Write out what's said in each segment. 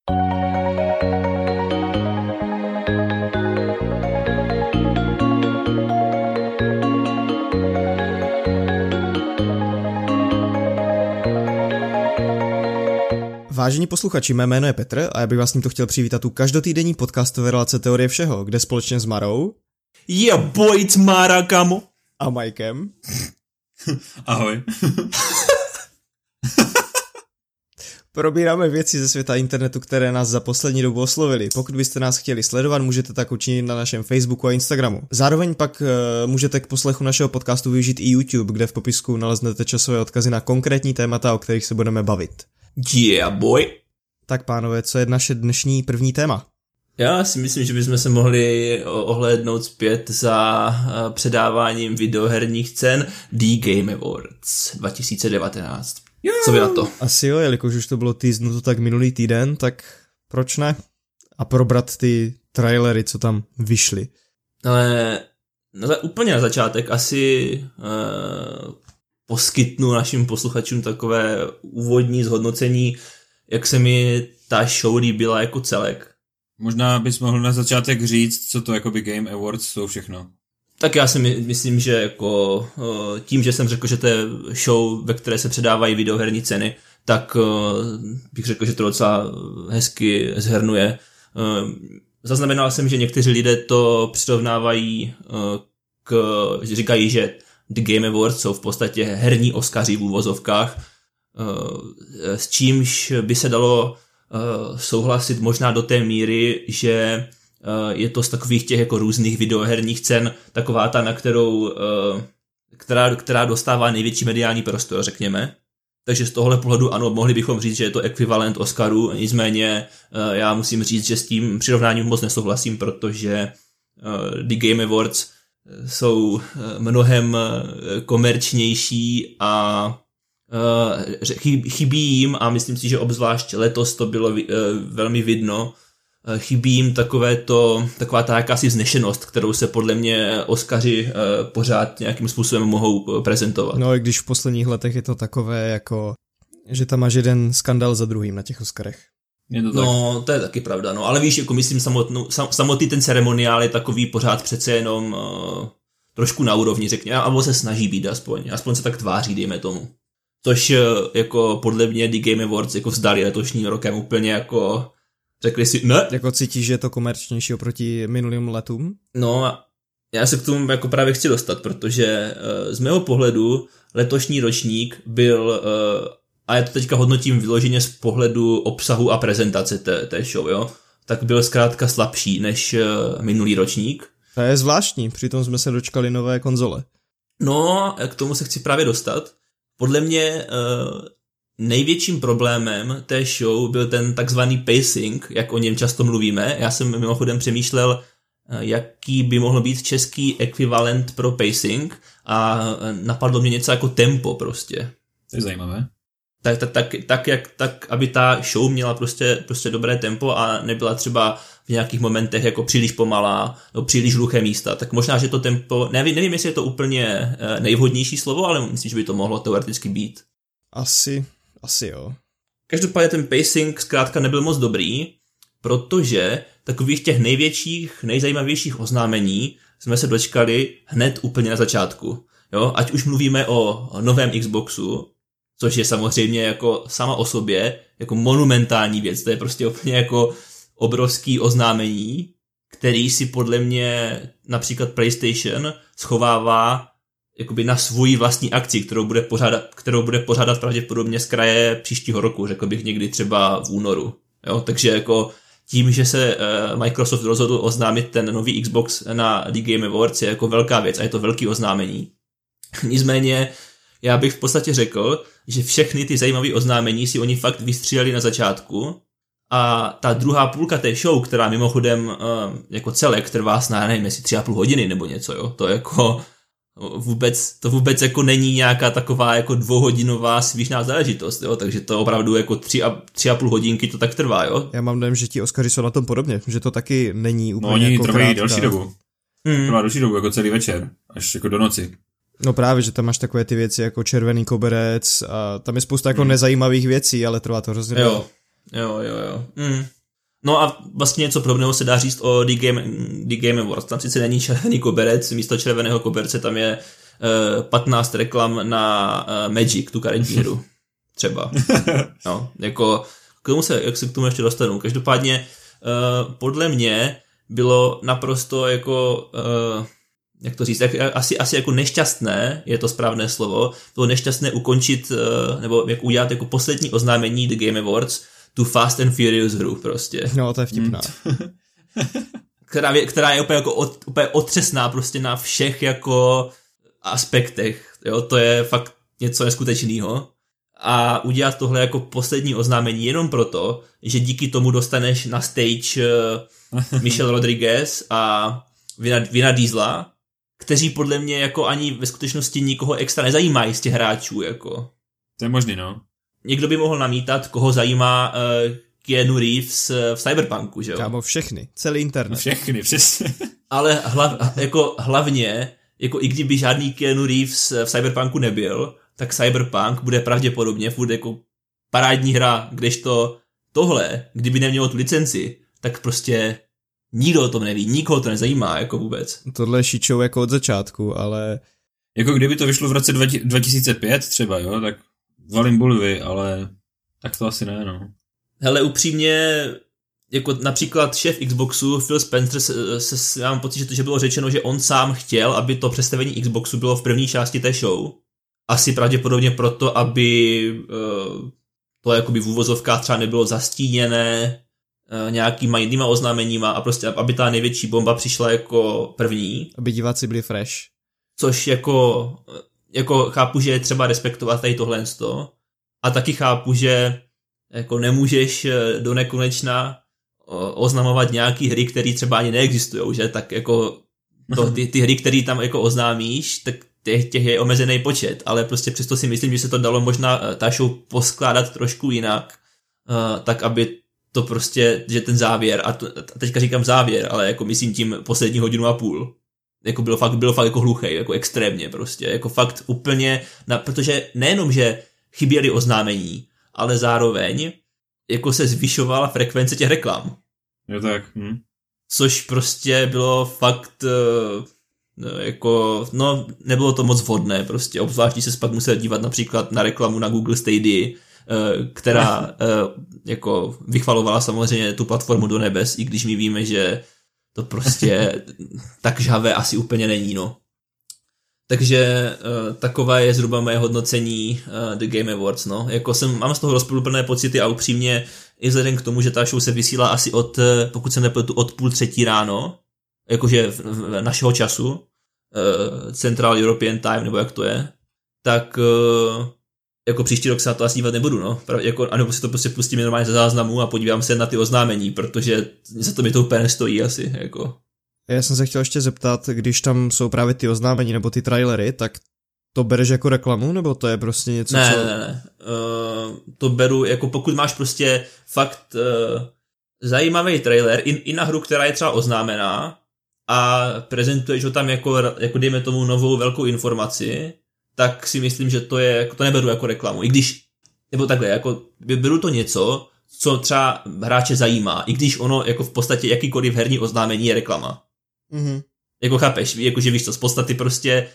Vážení posluchači, mé jméno je Petr a já bych vás tímto chtěl přivítat u každotýdenní podcastové relace Teorie všeho, kde společně s Marou boy, it's Mara, kamo. A Mikem Ahoj. probíráme věci ze světa internetu, které nás za poslední dobu oslovily. Pokud byste nás chtěli sledovat, můžete tak učinit na našem Facebooku a Instagramu. Zároveň pak můžete k poslechu našeho podcastu využít i YouTube, kde v popisku naleznete časové odkazy na konkrétní témata, o kterých se budeme bavit. Yeah, boy. Tak pánové, co je naše dnešní první téma? Já si myslím, že bychom se mohli ohlédnout zpět za předáváním videoherních cen The Game Awards 2019. Co vy na to? Asi jo, jelikož už to bylo týznuto tak minulý týden, tak proč ne? A probrat ty trailery, co tam vyšly. Ale úplně na začátek asi poskytnu našim posluchačům takové úvodní zhodnocení, jak se mi ta show líbila jako celek. Možná bys mohl na začátek říct, co to jakoby Game Awards jsou všechno. Tak já si myslím, že jako tím, že jsem řekl, že to je show, ve které se předávají videoherní ceny, tak bych řekl, že to docela hezky zhrnuje. Zaznamenal jsem, že někteří lidé to přirovnávají říkají, že The Game Awards jsou v podstatě herní Oscaři v úvozovkách, s čímž by se dalo souhlasit možná do té míry, že je to z takových těch jako různých videoherních cen taková ta, na která dostává největší mediální prostor, řekněme. Takže z tohohle pohledu ano, mohli bychom říct, že je to ekvivalent Oscarů, nicméně já musím říct, že s tím přirovnáním moc nesouhlasím, protože The Game Awards jsou mnohem komerčnější a chybí jim, a myslím si, že obzvlášť letos to bylo velmi vidno, chybí jim taková ta jakási vznešenost, kterou se podle mě Oscaři pořád nějakým způsobem mohou prezentovat. No i když v posledních letech je to takové jako, že tam máš jeden skandál za druhým na těch Oscarech. No, to je taky pravda, no, ale víš, jako myslím samotný ten ceremoniál je takový pořád přece jenom trošku na úrovni, řekněme, alebo se snaží být aspoň se tak tváří, dejme tomu. Což jako podle mě The Game Awards jako vzdali letošním rokem úplně jako řekli si ne. Jako cítíš, že je to komerčnější oproti minulým letům? No, já se k tomu jako právě chci dostat, protože z mého pohledu letošní ročník byl, a já to teďka hodnotím vyloženě z pohledu obsahu a prezentace té show, jo, tak byl zkrátka slabší než minulý ročník. To je zvláštní, přitom jsme se dočkali nové konzole. No, k tomu se chci právě dostat. Podle mě největším problémem té show byl ten takzvaný pacing, jak o něm často mluvíme. Já jsem mimochodem přemýšlel, jaký by mohl být český ekvivalent pro pacing, a napadlo mě něco jako tempo prostě. To je zajímavé. Tak, aby ta show měla prostě dobré tempo a nebyla třeba v nějakých momentech jako příliš pomalá, nebo příliš hluché místa. Tak možná, že to tempo, nevím, jestli je to úplně nejvhodnější slovo, ale myslím, že by to mohlo teoreticky být. Asi jo. Každopádně ten pacing zkrátka nebyl moc dobrý, protože takových těch největších, nejzajímavějších oznámení jsme se dočkali hned úplně na začátku. Jo? Ať už mluvíme o novém Xboxu, což je samozřejmě jako sama o sobě jako monumentální věc, to je prostě úplně jako obrovský oznámení, který si podle mě například PlayStation schovává jakoby na svůj vlastní akci, kterou bude pořádat pravděpodobně z kraje příštího roku, řekl bych někdy třeba v únoru. Jo? Takže jako tím, že se Microsoft rozhodl oznámit ten nový Xbox na The Game Awards, je jako velká věc a je to velký oznámení. Nicméně já bych v podstatě řekl, že všechny ty zajímavé oznámení si oni fakt vystříleli na začátku, a ta druhá půlka té show, která mimochodem jako celek trvá snad, nevím, jestli 3,5 hodiny nebo něco, jo, to jako vůbec jako není nějaká taková jako 2hodinová svížná záležitost, jo, takže to opravdu jako 3,5 hodinky to tak trvá, jo. Já mám dojem, že ti Oscaři jsou na tom podobně, že to taky není úplně oni jako trvají krátká. delší dobu. Trvá delší dobu, jako celý večer, až jako do noci. No právě, že tam máš takové ty věci jako červený koberec a tam je spousta jako nezajímavých věcí, ale trvá to hrozně. Jo. No a vlastně něco podobného se dá říct o The Game Awards. Tam sice není červený koberec, místo červeného koberce tam je 15 reklam na Magic, tu karetní hru. Třeba. No, jako jak se k tomu ještě dostanu. Každopádně podle mě bylo naprosto jako jak to říct, asi jako nešťastné, je to správné slovo, bylo nešťastné ukončit, nebo jak udělat jako poslední oznámení The Game Awards tu Fast and Furious hru prostě. No, to je vtipná. která je úplně otřesná prostě na všech jako aspektech, jo, to je fakt něco neskutečného. A udělat tohle jako poslední oznámení jenom proto, že díky tomu dostaneš na stage Michelle Rodriguez a Vina Diesela, kteří podle mě jako ani ve skutečnosti nikoho extra nezajímají z těch hráčů, jako. To je možný, no. Někdo by mohl namítat, koho zajímá Keanu Reeves v Cyberpunku, že jo? Kámo, všechny, celý internet. Všechny, přesně. Ale hlavně, jako i kdyby žádný Keanu Reeves v Cyberpunku nebyl, tak Cyberpunk bude pravděpodobně furt jako parádní hra, kdežto tohle, kdyby nemělo tu licenci, tak prostě nikdo o tom neví, nikoho to nezajímá, jako vůbec. Tohle je shit show jako od začátku, ale... Jako kdyby to vyšlo v roce 2005 třeba, jo, tak valím bulvy, ale tak to asi ne, no. Hele, upřímně, jako například šéf Xboxu, Phil Spencer, já mám pocit, že bylo řečeno, že on sám chtěl, aby to představení Xboxu bylo v první části té show. Asi pravděpodobně proto, aby to jakoby v úvozovkách třeba nebylo zastíněné nějakýma jinýma oznámeníma a prostě, aby ta největší bomba přišla jako první. Aby diváci byli fresh. Což jako chápu, že je třeba respektovat tady tohle. A taky chápu, že jako nemůžeš do nekonečna oznamovat nějaký hry, které třeba ani neexistujou, že? Tak jako ty hry, které tam jako oznámíš, tak těch je omezený počet, ale prostě přesto si myslím, že se to dalo možná ta show poskládat trošku jinak, tak aby to prostě, že ten závěr, a teďka říkám závěr, ale jako myslím tím poslední hodinu a půl, jako bylo fakt jako hluchej, jako extrémně prostě, jako fakt úplně, protože nejenom, že chyběly oznámení, ale zároveň jako se zvyšovala frekvence těch reklam. Jo tak. Což prostě bylo fakt jako, no nebylo to moc vhodné prostě, obzvlášť když se pak musel dívat například na reklamu na Google Stadia, která jako vychvalovala samozřejmě tu platformu do nebes, i když my víme, že to prostě tak žhavé asi úplně není, no. Takže takové je zhruba moje hodnocení The Game Awards, no. Jako mám z toho rozporuplné pocity a upřímně i vzhledem k tomu, že ta show se vysílá asi pokud se nepletu, od 2:30 ráno, jakože v našeho času, Central European Time, nebo jak to je, tak jako příští rok se na to asi dívat nebudu, no. Jako, anebo si to prostě pustím normálně ze záznamu a podívám se na ty oznámení, protože za to mi to úplně nestojí asi, jako. Já jsem se chtěl ještě zeptat, když tam jsou právě ty oznámení nebo ty trailery, tak to bereš jako reklamu, nebo to je prostě něco, Ne. To beru, jako pokud máš prostě fakt zajímavý trailer i na hru, která je třeba oznámená a prezentuješ ho tam jako dejme tomu novou velkou informaci, tak si myslím, že to neberu jako reklamu. I když, nebo takhle, jako beru to něco, co třeba hráče zajímá, i když ono jako v podstatě jakýkoliv herní oznámení je reklama. Mm-hmm. Jako chápeš, jakože víš to, z podstaty prostě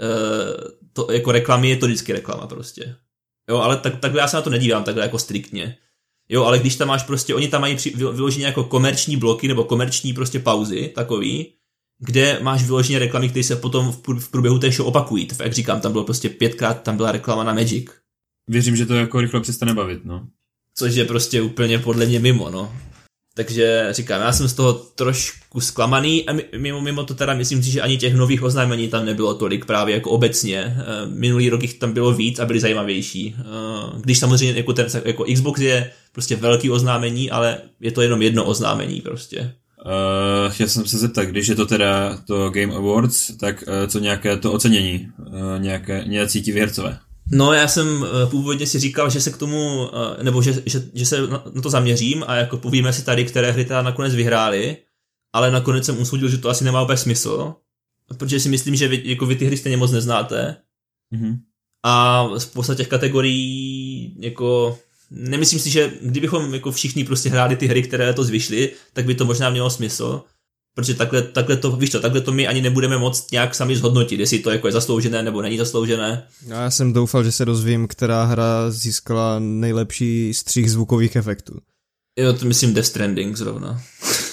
to jako reklamy je to vždycky reklama prostě. Jo, ale takhle já se na to nedívám takhle jako striktně. Jo, ale když tam máš prostě, oni tam mají vyloženě jako komerční bloky nebo komerční prostě pauzy takový, kde máš vyloženě reklamy, které se potom v průběhu té show opakují. Jak říkám, tam bylo prostě 5krát, tam byla reklama na Magic. Věřím, že to jako rychle přestane bavit, no. Což je prostě úplně podle mě mimo, no. Takže říkám, já jsem z toho trošku zklamaný a mimo to teda myslím si, že ani těch nových oznámení tam nebylo tolik právě jako obecně. Minulý rok jich tam bylo víc a byly zajímavější. Když samozřejmě jako Xbox je prostě velký oznámení, ale je to jenom jedno oznámení prostě. Chtěl jsem se zeptat, když je to teda to Game Awards, tak co nějaké to ocenění, nějací ti hercové? No já jsem původně si říkal, že se k tomu, nebo že se na to zaměřím a jako povíme si tady, které hry teda nakonec vyhrály, ale nakonec jsem usoudil, že to asi nemá úplně smysl, protože si myslím, že vy ty hry stejně moc neznáte. Mm-hmm. A spousta těch kategorií jako nemyslím si, že kdybychom jako všichni prostě hráli ty hry, které to vyšly, tak by to možná mělo smysl, protože takhle to my ani nebudeme moct nějak sami zhodnotit, jestli to jako je zasloužené nebo není zasloužené. Já jsem doufal, že se dozvím, která hra získala nejlepší střih zvukových efektů. Jo, to myslím Death Stranding zrovna.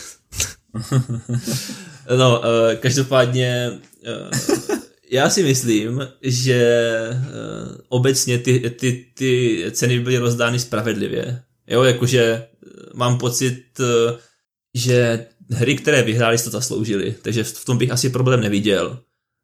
No, každopádně já si myslím, že obecně ty ceny byly rozdány spravedlivě. Jo, jakože mám pocit, že hry, které vyhrály, to zasloužily, takže v tom bych asi problém neviděl.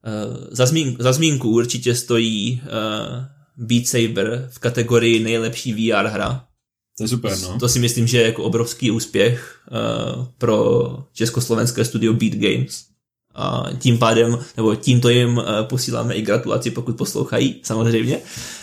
Za zmínku určitě stojí Beat Saber v kategorii nejlepší VR hra. To je super, no. To si myslím, že je jako obrovský úspěch pro československé studio Beat Games. A tím pádem, nebo tímto jim posíláme i gratulaci, pokud poslouchají, samozřejmě.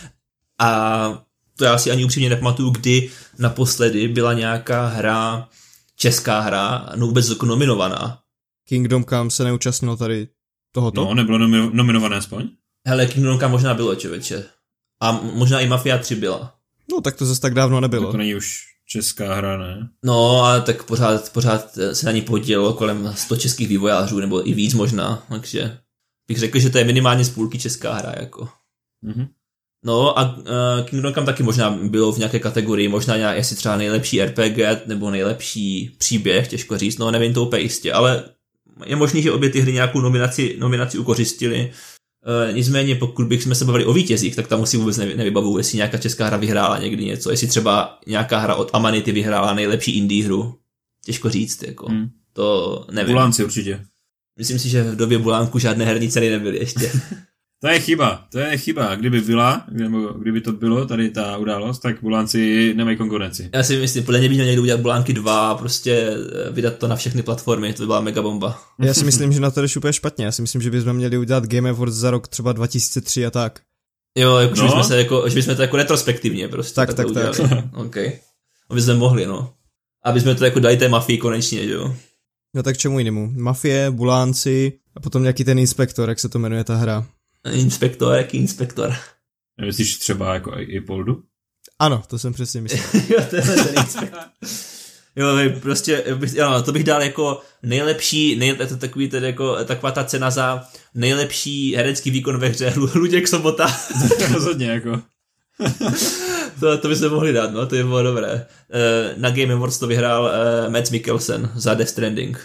A to já si ani upřímně nepamatuju, kdy naposledy byla nějaká hra, česká hra, no vůbec nominovaná. Kingdom Come se neúčastnil tady tohoto? No, nebylo nominované aspoň? Hele, Kingdom Come možná bylo, člověče. A možná i Mafia 3 byla. No, tak to zase tak dávno nebylo. To není už česká hra, ne? No, ale tak pořád se na ní podílelo kolem 100 českých vývojářů, nebo i víc možná, takže bych řekl, že to je minimálně z půlky česká hra, jako. Mhm. No a Kingdom Come taky možná bylo v nějaké kategorii, možná jestli třeba nejlepší RPG nebo nejlepší příběh, těžko říct, no nevím to úplně jistě, ale je možný, že obě ty hry nějakou nominaci ukořistily. Nicméně pokud bychom se bavili o vítězích, tak tam musí vůbec nevybavuju, jestli nějaká česká hra vyhrála někdy něco, jestli třeba nějaká hra od Amanity vyhrála nejlepší indie hru. Těžko říct, jako. To nevím. Bulánci určitě. Myslím si, že v době Bulánku žádné herní ceny nebyly ještě. To je chyba. Kdyby to bylo, tady ta událost, tak Bulánci nemají konkurenci. Já si myslím, podle mě by měl někdo udělat Bulánky 2 a prostě vydat to na všechny platformy, to by byla mega bomba. Já si myslím, že na to jdeš úplně špatně. Já si myslím, že bychom měli udělat Game Awards za rok třeba 2003 a tak. Jo, jako, no. že bychom to jako retrospektivně prostě tak. OK. Aby jsme mohli, no. Aby jsme to jako dali té Mafii konečně, že jo. No tak čemu jinému? Mafie, Bulánci a potom nějaký ten inspektor, jak se to jmenuje ta hra. Jaký inspektor? Myslíš třeba jako i Poldu? Ano, to jsem přesně myslel. Jo, tenhle ten inspektor. Jo, prostě, to bych dal jako takový tedy jako taková ta cena za nejlepší herecký výkon ve hře, Luděk Sobota. Rozhodně, jako. to by se mohli dát, no, to by bylo dobré. Na Game Awards to vyhrál Mads Mikkelsen za Death Stranding.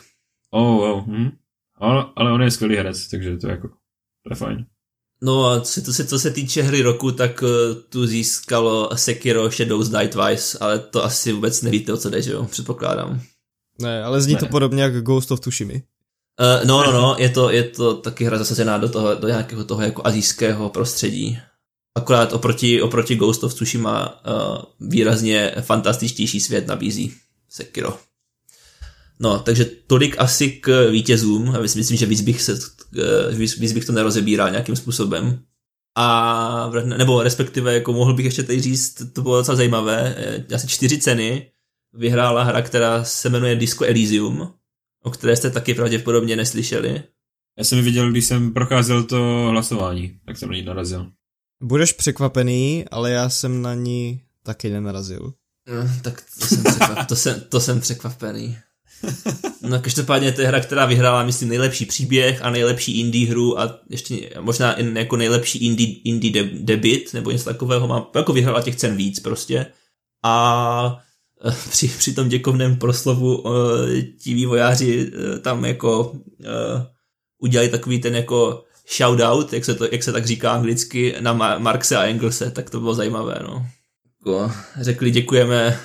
Ale on je skvělý herec, takže to je fajn. No a co se týče hry roku, tak tu získalo Sekiro Shadows Die Twice, ale to asi vůbec nevíte, o co jde, že jo, předpokládám. Ne, ale zní to podobně jak Ghost of Tsushima. No, je to taky hra zasazená do nějakého toho jako asijského prostředí. Akorát oproti Ghost of Tsushima výrazně fantastičtější svět nabízí Sekiro. No, takže tolik asi k vítězům. Myslím, že víc bych to nerozebíral nějakým způsobem. Nebo respektive, jako mohl bych ještě tady říct, to bylo docela zajímavé, asi 4 ceny vyhrála hra, která se jmenuje Disco Elysium, o které jste taky pravděpodobně neslyšeli. Já jsem ji viděl, když jsem procházel to hlasování, tak jsem na ní narazil. Budeš překvapený, ale já jsem na ní taky nenarazil. Tak to jsem překvapený. No každopádně to je hra, která vyhrála, myslím, nejlepší příběh a nejlepší indie hru a ještě možná i jako nejlepší indie debut, nebo něco takového, jako vyhrála těch cen víc prostě. A při tom děkovném proslovu ti vývojáři tam jako udělali takový ten jako shoutout, jak se tak říká anglicky, na Marxe a Engelse, tak to bylo zajímavé, no. Jako, řekli děkujeme,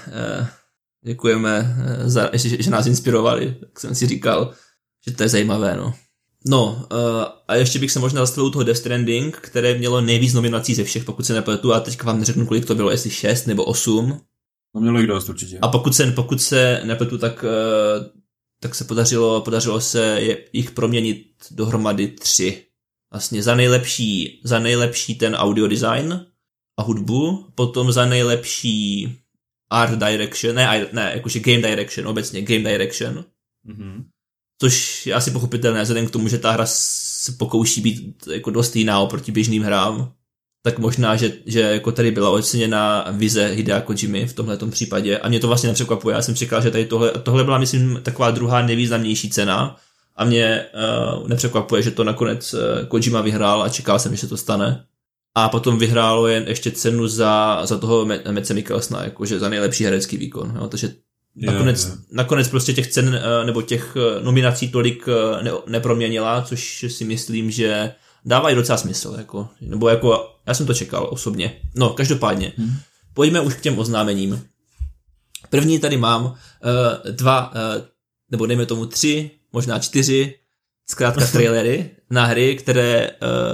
že nás inspirovali, tak jsem si říkal, že to je zajímavé, no. No, a ještě bych se možná zastavil u toho Death Stranding, které mělo nejvíc nominací ze všech, pokud se nepletu, a teďka vám neřeknu, kolik to bylo, jestli 6 nebo 8. No mělo jich dost určitě. A pokud se nepletu, tak se podařilo se jich proměnit dohromady 3. Vlastně za nejlepší ten audio design a hudbu, potom za nejlepší art direction, ne, jakože game direction, obecně game direction. Mm-hmm. Což je asi pochopitelné, vzhledem k tomu, že ta hra se pokouší být jako dost jiná oproti běžným hrám. tak možná, že jako tady byla oceněna vize Hidea Kojimy v tomhletom případě a mě to vlastně nepřekvapuje. Já jsem čekal, že tady tohle byla, myslím, taková druhá nejvýznamnější cena a mě nepřekvapuje, že to nakonec Kojima vyhrál a čekal jsem, že se to stane. A potom vyhrálo jen ještě cenu za toho Madse Mikkelsena, jakože za nejlepší herecký výkon. Jo? Takže nakonec prostě těch cen nebo těch nominací tolik neproměnila, což si myslím, že dávají docela smysl. Nebo já jsem to čekal osobně. No, každopádně. Pojďme už k těm oznámením. První tady mám dva, nebo dejme tomu 3, možná 4, zkrátka trailery na hry, které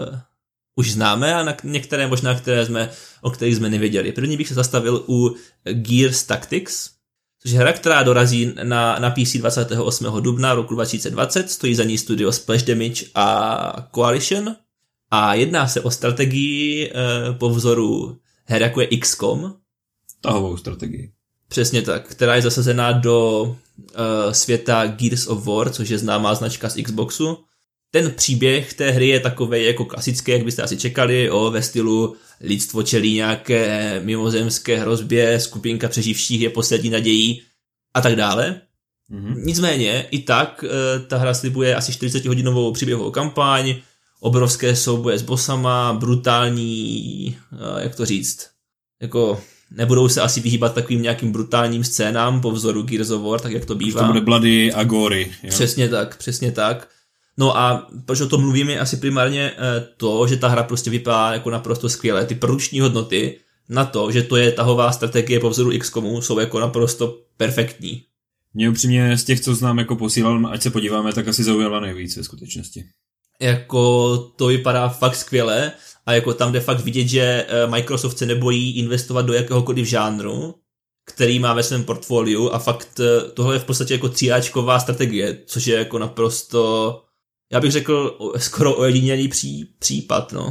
už známe a na některé možná, o kterých jsme nevěděli. První bych se zastavil u Gears Tactics, což je hra, která dorazí na PC 28. dubna roku 2020, stojí za ní studio Splash Damage a Coalition a jedná se o strategii po vzoru her jako je XCOM. Tahovou strategii. Přesně tak, která je zasazená do světa Gears of War, což je známá značka z Xboxu. Ten příběh té hry je takovej jako klasický, jak byste asi čekali, ve stylu lidstvo čelí nějaké mimozemské hrozbě, skupinka přeživších je poslední nadějí a tak dále. Nicméně i tak ta hra slibuje asi 40-hodinovou příběhovou kampaň, obrovské souboje s bossama, brutální, jak to říct, jako nebudou se asi vyhýbat takovým nějakým brutálním scénám po vzoru Gears of War, tak jak to bývá. To bude bloody a gory. Jo? Přesně tak. No a proč o tom mluvím je asi primárně to, že ta hra prostě vypadá jako naprosto skvěle. Ty produkční hodnoty na to, že to je tahová strategie po vzoru XCOMu, jsou jako naprosto perfektní. Mě upřímně z těch, co znám jako posílal, ať se podíváme, tak asi zaujala nejvíc ve skutečnosti. Jako to vypadá fakt skvěle a jako tam jde fakt vidět, že Microsoft se nebojí investovat do jakéhokoliv žánru, který má ve svém portfoliu a fakt tohle je v podstatě jako 3áčková strategie, což je jako naprosto, já bych řekl, skoro ojedinělý případ, no.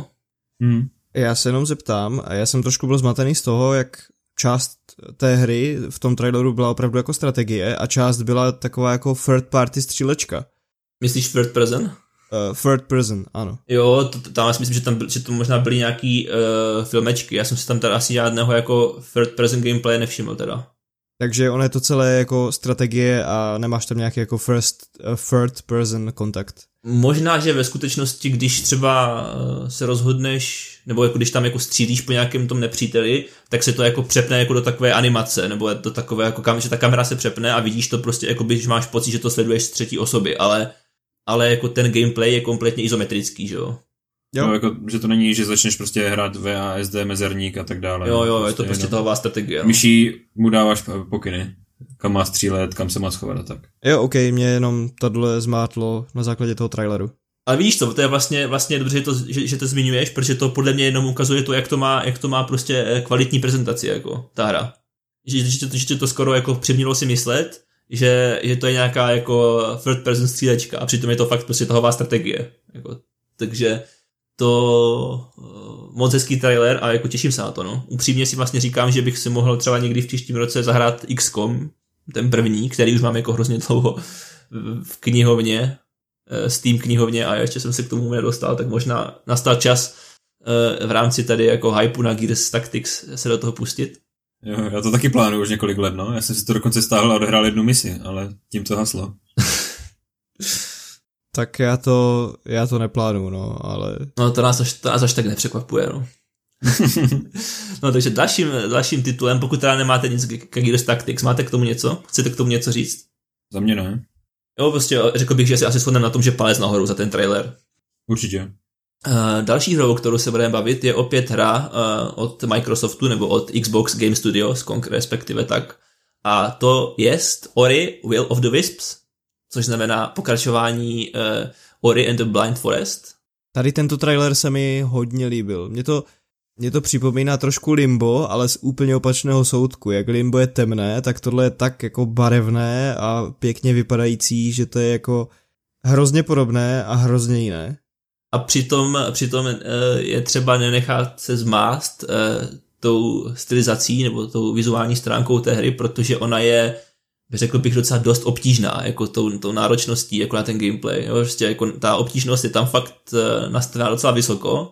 Já se jenom zeptám, a já jsem trošku byl zmatený z toho, jak část té hry v tom traileru byla opravdu jako strategie a část byla taková jako third party střílečka. Myslíš third person? Third person, ano. Jo, tam já si myslím, že to možná byly nějaký filmečky, já jsem si tam teda asi žádného jako third person gameplay nevšiml teda. Takže ono je to celé jako strategie a nemáš tam nějaký jako third person kontakt. Možná, že ve skutečnosti, když třeba se rozhodneš, nebo jako když tam jako střílíš po nějakém tom nepříteli, tak se to jako přepne jako do takové animace, nebo do takové jako že ta kamera se přepne a vidíš to prostě jako když máš pocit, že to sleduješ z třetí osoby, ale jako ten gameplay je kompletně izometrický, že jo? Jo, jako, že to není, že začneš prostě hrát VASD, mezerník a tak dále. Jo, je to prostě tahová strategie. No. Myší mu dáváš pokyny, kam má střílet, kam se má schovat a tak. Jo, okej, mě jenom tohle zmátlo na základě toho traileru. Ale vidíš to je vlastně dobře, že to zmiňuješ, protože to podle mě jenom ukazuje to, jak to má prostě kvalitní prezentaci, jako ta hra. Že to skoro jako přimělo si myslet, že to je nějaká jako third person střílečka a přitom je to fakt prostě tahová strategie. Jako, takže to moc hezký trailer a jako těším se na to, no. Upřímně si vlastně říkám, že bych si mohl třeba někdy v příštím roce zahrát XCOM, ten první, který už mám jako hrozně dlouho v knihovně, Steam knihovně a ještě jsem se k tomu nedostal, tak možná nastal čas v rámci tady jako hypeu na Gears Tactics se do toho pustit. Jo, já to taky plánuju už několik let, no. Já jsem si to dokonce stáhl a odehrál jednu misi, ale tím to haslo. Tak já to neplánuju, no, ale... No to nás až tak nepřekvapuje, no. No takže dalším titulem, pokud teda nemáte nic k Gears Tactics, máte k tomu něco? Chcete k tomu něco říct? Za mě ne. Jo, prostě řekl bych, že si asi shodneme na tom, že palec nahoru za ten trailer. Určitě. Další hrou, kterou se budeme bavit, je opět hra od Microsoftu nebo od Xbox Game Studios, respektive tak. A to je Ori Will of the Wisps, což znamená pokračování Ori and the Blind Forest. Tady tento trailer se mi hodně líbil. Mě to připomíná trošku Limbo, ale z úplně opačného soudku. Jak Limbo je temné, tak tohle je tak jako barevné a pěkně vypadající, že to je jako hrozně podobné a hrozně jiné. A přitom je třeba nenechat se zmást tou stylizací nebo tou vizuální stránkou té hry, protože ona je, řekl bych, docela dost obtížná, jako tou náročností jako na ten gameplay. Jo? Prostě jako ta obtížnost je tam fakt nastavená docela vysoko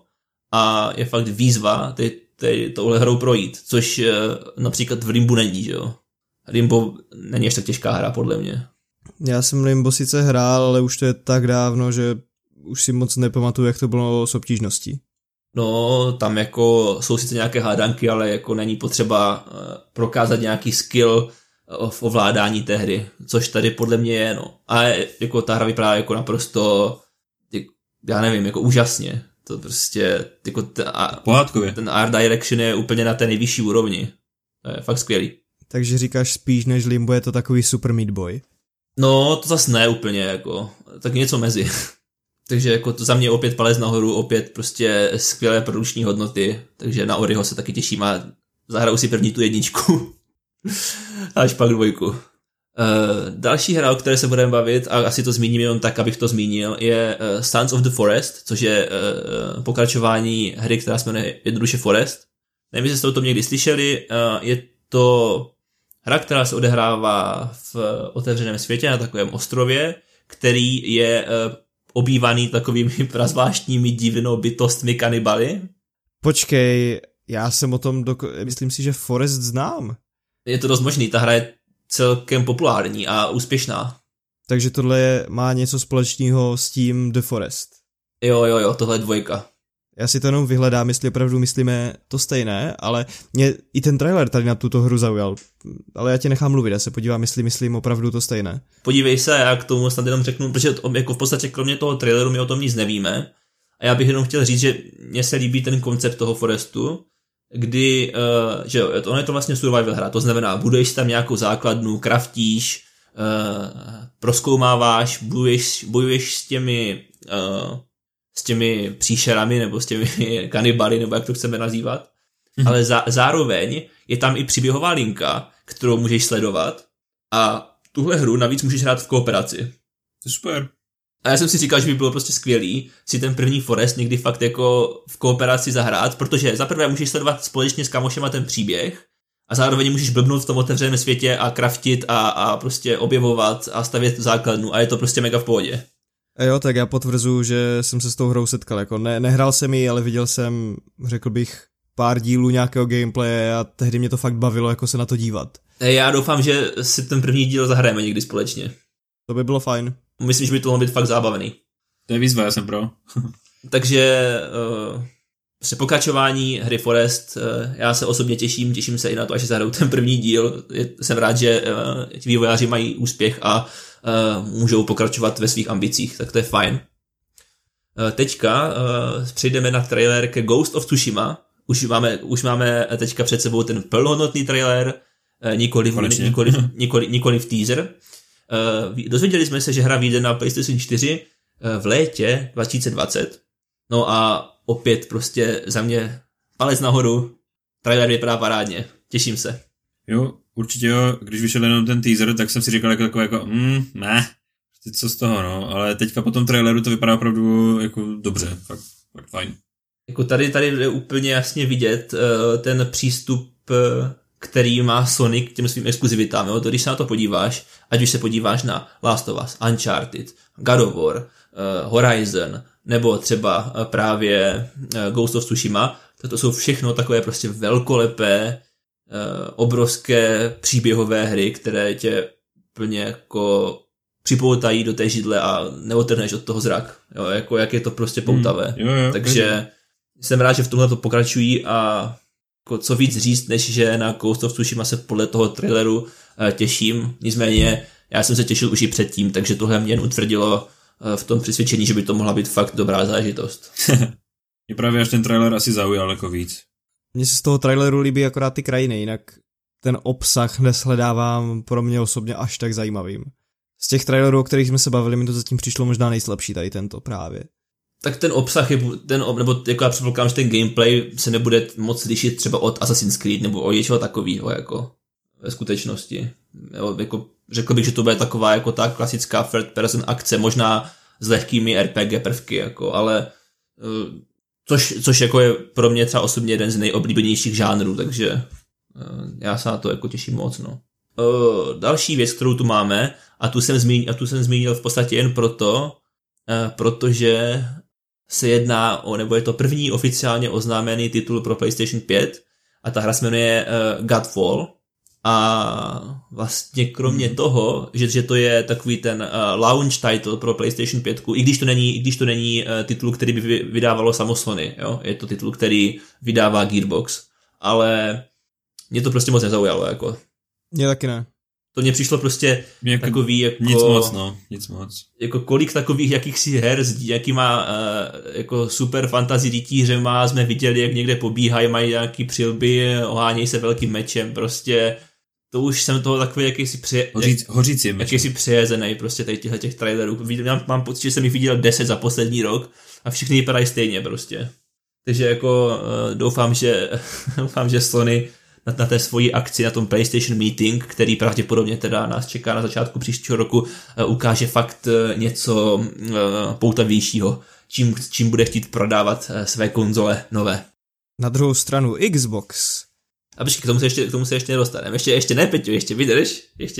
a je fakt výzva touhle hrou projít, což například v Limbu není, že jo. Limbo není až tak těžká hra, podle mě. Já jsem Limbo sice hrál, ale už to je tak dávno, že už si moc nepamatuju, jak to bylo s obtížností. No, tam jako jsou sice nějaké hádanky, ale jako není potřeba prokázat nějaký skill v ovládání té hry, což tady podle mě je, no. A jako ta hra vypadá jako naprosto, já nevím, jako úžasně. To prostě, jako ten art direction je úplně na té nejvyšší úrovni. To je fakt skvělý. Takže říkáš spíš než Limbo je to takový Super Meat Boy? No, to zase ne úplně, jako, tak něco mezi. Takže jako to za mě opět palec nahoru, opět prostě skvělé produkční hodnoty, takže na Oriho se taky těším a zahraju si první tu 1. až pak 2. Další hra, o které se budeme bavit, a asi to zmíním jenom tak, abych to zmínil, je Sons of the Forest, což je pokračování hry, která se jmenuje jednoduše Forest. Nevím, jestli jste o tom někdy slyšeli, je to hra, která se odehrává v otevřeném světě na takovém ostrově, který je obývaný takovými prazvláštními divnou bytostmi kanibaly. Počkej, já jsem o tom, myslím si, že Forest znám. Je to dost možný, ta hra je celkem populární a úspěšná. Takže tohle má něco společného s tím The Forest. Jo, tohle je 2. Já si to jenom vyhledám, jestli opravdu myslíme to stejné, ale mě i ten trailer tady na tuto hru zaujal. Ale já tě nechám mluvit, já se podívám, jestli myslím opravdu to stejné. Podívej se, já k tomu snad jenom řeknu, protože jako v podstatě kromě toho traileru my o tom nic nevíme. A já bych jenom chtěl říct, že mně se líbí ten koncept toho Forestu, kdy, že jo, ono je to vlastně survival hra, to znamená, buduješ tam nějakou základnu, craftíš, prozkoumáváš, bojuješ s těmi příšerami nebo s těmi kanibaly, nebo jak to chceme nazývat, ale zároveň je tam i příběhová linka, kterou můžeš sledovat a tuhle hru navíc můžeš hrát v kooperaci. To je super. A já jsem si říkal, že by bylo prostě skvělý si ten první Forest někdy fakt jako v kooperaci zahrát, protože zaprvé můžeš sledovat společně s kamošema ten příběh a zároveň můžeš blbnout v tom otevřeném světě a craftit a prostě objevovat a stavět základnu a je to prostě mega v pohodě. Jo, tak já potvrzuji, že jsem se s tou hrou setkal, jako nehrál jsem ji, ale viděl jsem, řekl bych, pár dílů nějakého gameplaye a tehdy mě to fakt bavilo, jako se na to dívat. Já doufám, že si ten první díl zahrajeme někdy společně. To by bylo fajn. Myslím, že by to mohlo být fakt zábavný. To je výzva, já jsem pro. Takže prostě pokračování hry Forest, já se osobně těším se i na to, až si zahraju ten první díl. Jsem rád, že ti vývojáři mají úspěch a můžou pokračovat ve svých ambicích, tak to je fajn. Teďka přejdeme na trailer ke Ghost of Tsushima. Už máme teďka před sebou ten plnohodnotný trailer, nikoliv teaser. Dozvěděli jsme se, že hra vyjde na PlayStation 4 v létě 2020. No a opět prostě za mě palec nahoru, trailer vypadá parádně, těším se. Jo, určitě jo, když vyšel jenom ten teaser, tak jsem si říkal ne, co z toho, no, ale teďka po tom traileru to vypadá opravdu jako dobře, fakt fajn. Jako tady je úplně jasně vidět ten přístup, který má Sony k těm svým exkluzivitám, jo? To, když se na to podíváš, ať už se podíváš na Last of Us, Uncharted, God of War, Horizon, nebo třeba právě Ghost of Tsushima, to jsou všechno takové prostě velkolepé, obrovské příběhové hry, které tě plně jako připoutají do té židle a neotrhneš od toho zrak, jo? Jako jak je to prostě poutavé. Jo, takže jsem rád, že v tomhle to pokračují a jako co víc říct, než že na Ghost of Tsushima se podle toho traileru těším. Nicméně já jsem se těšil už i předtím, takže tohle mě jen utvrdilo v tom přesvědčení, že by to mohla být fakt dobrá zážitost. Mě právě až ten trailer asi zaujal jako víc. Mně se z toho traileru líbí akorát ty krajiny, jinak ten obsah neshledávám pro mě osobně až tak zajímavým. Z těch trailerů, o kterých jsme se bavili, mi to zatím přišlo možná nejslabší tady tento právě. Tak ten obsah je, nebo jako já předpokládám, že ten gameplay se nebude moc lišit třeba od Assassin's Creed nebo od něčeho takového jako ve skutečnosti. Jo, jako řekl bych, že to bude taková jako ta klasická third person akce, možná s lehkými RPG prvky, jako, ale což jako je pro mě třeba osobně jeden z nejoblíbenějších žánrů, takže já se na to jako těším moc, no. Další věc, kterou tu máme, a tu jsem zmínil v podstatě jen proto, protože se jedná nebo je to první oficiálně oznámený titul pro PlayStation 5 a ta hra se jmenuje Godfall a vlastně kromě toho, že to je takový ten launch title pro PlayStation 5, i když to není titul, který by vydávalo samo Sony, jo? Je to titul, který vydává Gearbox, ale mě to prostě moc nezaujalo, jako. Mě taky ne. To mně přišlo prostě takový jako... Nic moc. Jako kolik takových jakýchsi her s jakýma jako super fantasy rytířema jsme viděli, jak někde pobíhají, mají nějaký přilby, ohánějí se velkým mečem, prostě to už jsem toho takový jakýsi přejezenej prostě těch trailerů. Mám pocit, že jsem jich viděl 10 za poslední rok a všichni vypadají stejně prostě. Takže jako doufám, že Sony na té svoji akci, na tom PlayStation Meeting, který pravděpodobně teda nás čeká na začátku příštího roku, ukáže fakt něco poutavějšího, čím bude chtít prodávat své konzole nové. Na druhou stranu Xbox. A počkej, k tomu se ještě nedostaneme. Ještě ne, Peťo, ještě vydržaj.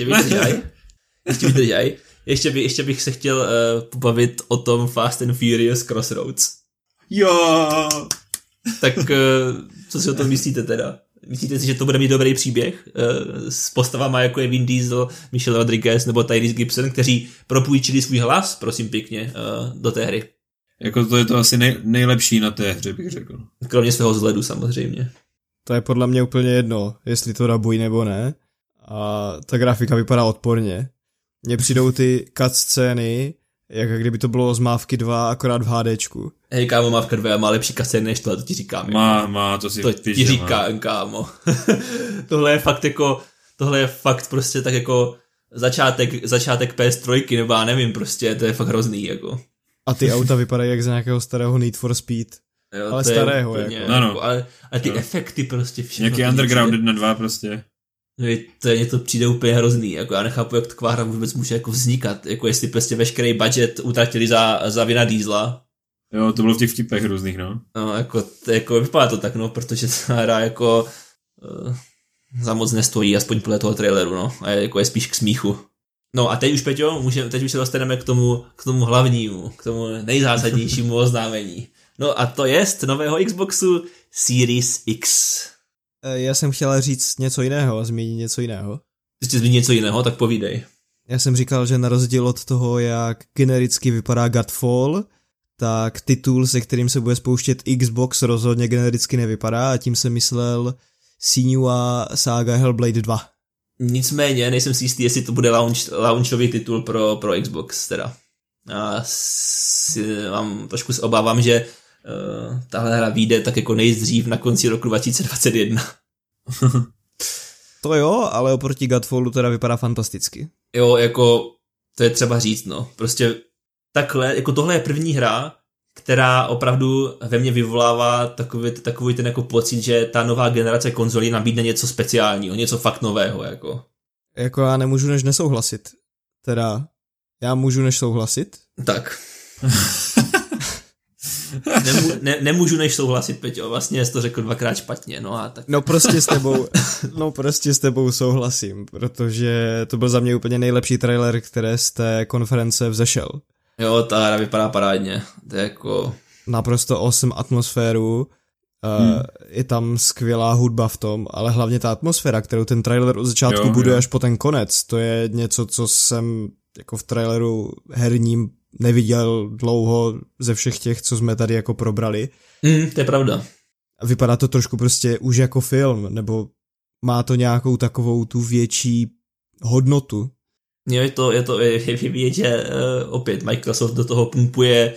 Ještě bych se chtěl pobavit o tom Fast and Furious Crossroads. Jo! Tak co si o tom myslíte teda? Myslíte si, že to bude mít dobrý příběh s postavama jako je Vin Diesel, Michelle Rodriguez nebo Tyrese Gibson, kteří propůjčili svůj hlas, prosím pěkně, do té hry? Jako to je to asi nejlepší na té hře, bych řekl. Kromě svého vzhledu samozřejmě. To je podle mě úplně jedno, jestli to dabují nebo ne. A ta grafika vypadá odporně. Mně přijdou ty cutscény, jak kdyby to bylo z Mávky 2, akorát v HDčku. Hej kámo, Mávka 2 má lepší cutscény než to ti říkám. Má, to si to ti říkám, kámo. Tohle je fakt prostě tak jako začátek PS3, nebo já nevím, prostě to je fakt hrozný, jako. A ty auta vypadají jak z nějakého starého Need for Speed. Jo, ale starého, úplně, jako. Ano. Ale ty efekty prostě všechno. Nějaký Underground 1-2 prostě. Mně to přijde úplně hrozný, jako já nechápu, jak taková hra vůbec může jako vznikat, jako jestli prostě veškerý budget utratili za Vina Diesla. Jo, to bylo v těch vtipech různých, no. No, jako vypadá to tak, no, protože ta hra jako za moc nestojí, aspoň podle toho traileru, no, a je spíš k smíchu. No a teď už, Peťo, teď už se dostaneme k tomu hlavnímu, k tomu nejzásadnějšímu oznámení. No a to jest nového Xboxu Series X. Já jsem chtěla říct něco jiného, zmínit něco jiného. Když jsi zmínit něco jiného, tak povídej. Já jsem říkal, že na rozdíl od toho, jak genericky vypadá Godfall, tak titul, se kterým se bude spouštět Xbox, rozhodně genericky nevypadá a tím jsem myslel Senua Saga Hellblade 2. Nicméně nejsem si jistý, jestli to bude launchový titul pro Xbox teda. Mám trošku se obávám, že tahle hra vyjde tak jako nejdřív na konci roku 2021. To jo, ale oproti Godfallu teda vypadá fantasticky. Jo, jako to je třeba říct, no. Prostě takhle, jako tohle je první hra, která opravdu ve mně vyvolává takový ten jako pocit, že ta nová generace konzolí nabídne něco speciálního, něco fakt nového, jako. Jako já nemůžu než nesouhlasit. Teda, já můžu než souhlasit? Tak. Nemůžu než souhlasit, Peťo, vlastně jsi to řekl dvakrát špatně, no a tak. No prostě s tebou souhlasím, protože to byl za mě úplně nejlepší trailer, které z té konference vzešel. Jo, ta hra vypadá parádně, to je jako... Naprosto awesome atmosféru, je tam skvělá hudba v tom, ale hlavně ta atmosféra, kterou ten trailer od začátku buduje až po ten konec, to je něco, co jsem jako v traileru herním neviděl dlouho ze všech těch, co jsme tady jako probrali. To je pravda. Vypadá to trošku prostě už jako film, nebo má to nějakou takovou tu větší hodnotu. Je vidět, že opět Microsoft do toho pumpuje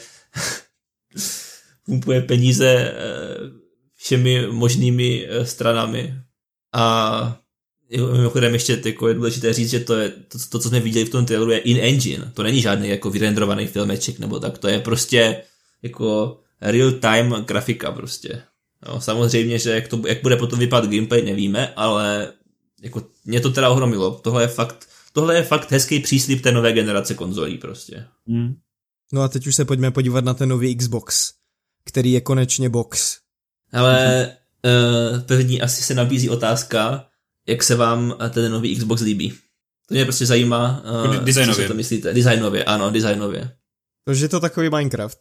peníze všemi možnými stranami. A mimochodem ještě jako je důležité říct, že to je to, co jsme viděli v tom traileru, je in-engine. To není žádný jako vyrenderovaný filmeček nebo tak. To je prostě jako real-time grafika prostě. No, samozřejmě, že jak bude potom vypadat gameplay, nevíme, ale jako mě to teda ohromilo. Tohle je fakt hezký příslib té nové generace konzolí prostě. No a teď už se pojďme podívat na ten nový Xbox, který je konečně box. Ale první asi se nabízí otázka, jak se vám ten nový Xbox líbí. To mě prostě zajímá, designově. co si to myslíte. Designově, ano, designově. Takže je to takový Minecraft.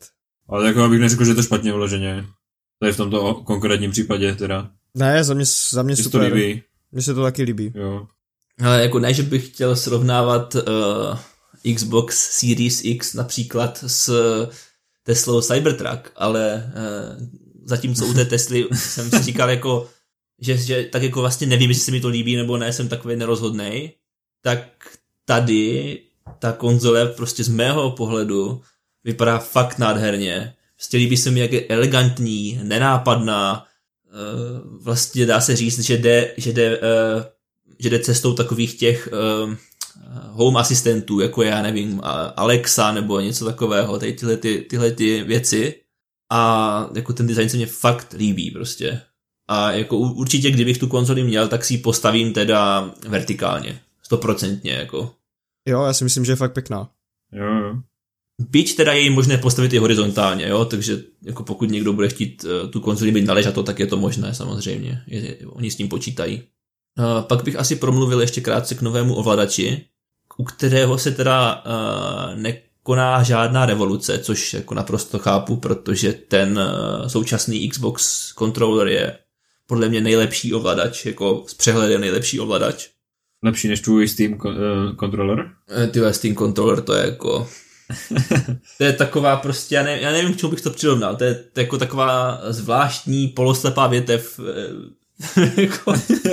Ale jako abych neřekl, že to špatně vloženě. Tady v tomto konkrétním případě teda. Ne, za mě super. To líbí. Mně se to taky líbí. Jo. Ale jako ne, že bych chtěl srovnávat Xbox Series X například s Teslou Cybertruck, ale zatímco u té Tesly jsem si říkal jako, že tak jako vlastně nevím, jestli se mi to líbí nebo ne, jsem takový nerozhodnej, tak tady ta konzole prostě z mého pohledu vypadá fakt nádherně. Prostě líbí se mi, jak je elegantní, nenápadná, vlastně dá se říct, že jde cestou takových těch home asistentů, jako já nevím, Alexa nebo něco takového, tyhle ty věci. A jako ten design se mě fakt líbí prostě. A jako určitě, kdybych tu konzoli měl, tak si ji postavím teda vertikálně. 100% jako. Jo, já si myslím, že je fakt pěkná. Jo. Byť teda je možné postavit i horizontálně, jo, takže jako pokud někdo bude chtít tu konzoli být naležato, tak je to možné samozřejmě. Oni s tím počítají. Pak bych asi promluvil ještě krátce k novému ovladači, u kterého se teda nekoná žádná revoluce, což jako naprosto chápu, protože ten současný Xbox controller je podle mě nejlepší ovladač, jako s přehledem nejlepší ovladač. Lepší než tvůj Steam controller? Tyhle Steam controller, to je jako... to je taková prostě, já nevím, k čemu bych to přirovnal, to je jako taková zvláštní poloslepá větev jako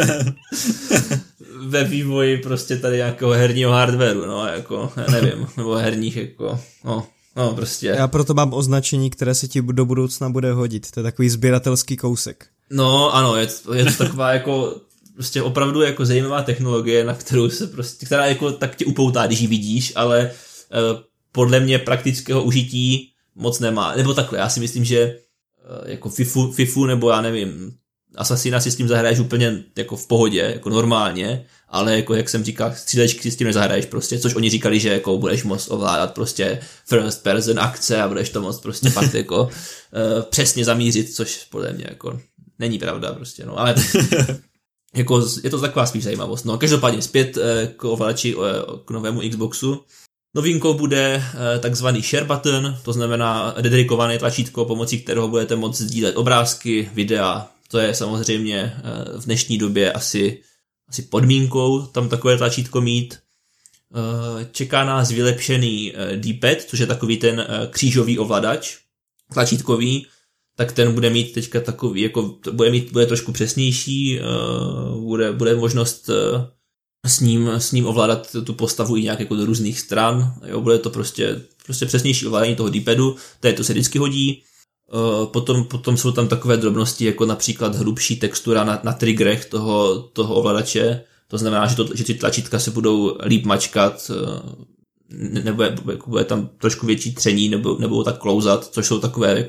ve vývoji prostě tady nějakého herního hardwareu, no, jako, já nevím, nebo herních, jako, no, prostě. Já proto mám označení, které se ti do budoucna bude hodit, to je takový sběratelský kousek. No, ano, je to taková jako, prostě opravdu jako zajímavá technologie, na kterou se prostě, která jako tak tě upoutá, když ji vidíš, ale podle mě praktického užití moc nemá, nebo takhle, já si myslím, že jako FIFU nebo já nevím, Assassina si s tím zahraješ úplně jako v pohodě, jako normálně, ale jako jak jsem říkal, střílečky si s tím nezahraješ prostě, což oni říkali, že jako budeš moct ovládat prostě first person akce a budeš to moct prostě fakt jako přesně zamířit, což podle mě jako není pravda prostě, no, ale jako je to taková spíš zajímavost, no, každopádně zpět k ovladači, k novému Xboxu. Novinkou bude takzvaný share button, to znamená dedikované tlačítko, pomocí kterého budete moct sdílet obrázky, videa. To je samozřejmě v dnešní době asi podmínkou tam takové tlačítko mít. Čeká nás vylepšený D-pad, což je takový ten křížový ovladač tlačítkový, tak ten bude mít teďka takový, jako bude trošku přesnější, bude možnost s ním ovládat tu postavu i nějak jako do různých stran, jo, bude to prostě přesnější ovládání toho D-padu, to se vždycky hodí. Potom jsou tam takové drobnosti, jako například hrubší textura na triggerech toho ovladače, to znamená, že ty tlačítka se budou líp mačkat, nebo bude tam trošku větší tření, nebo tak klouzat, což jsou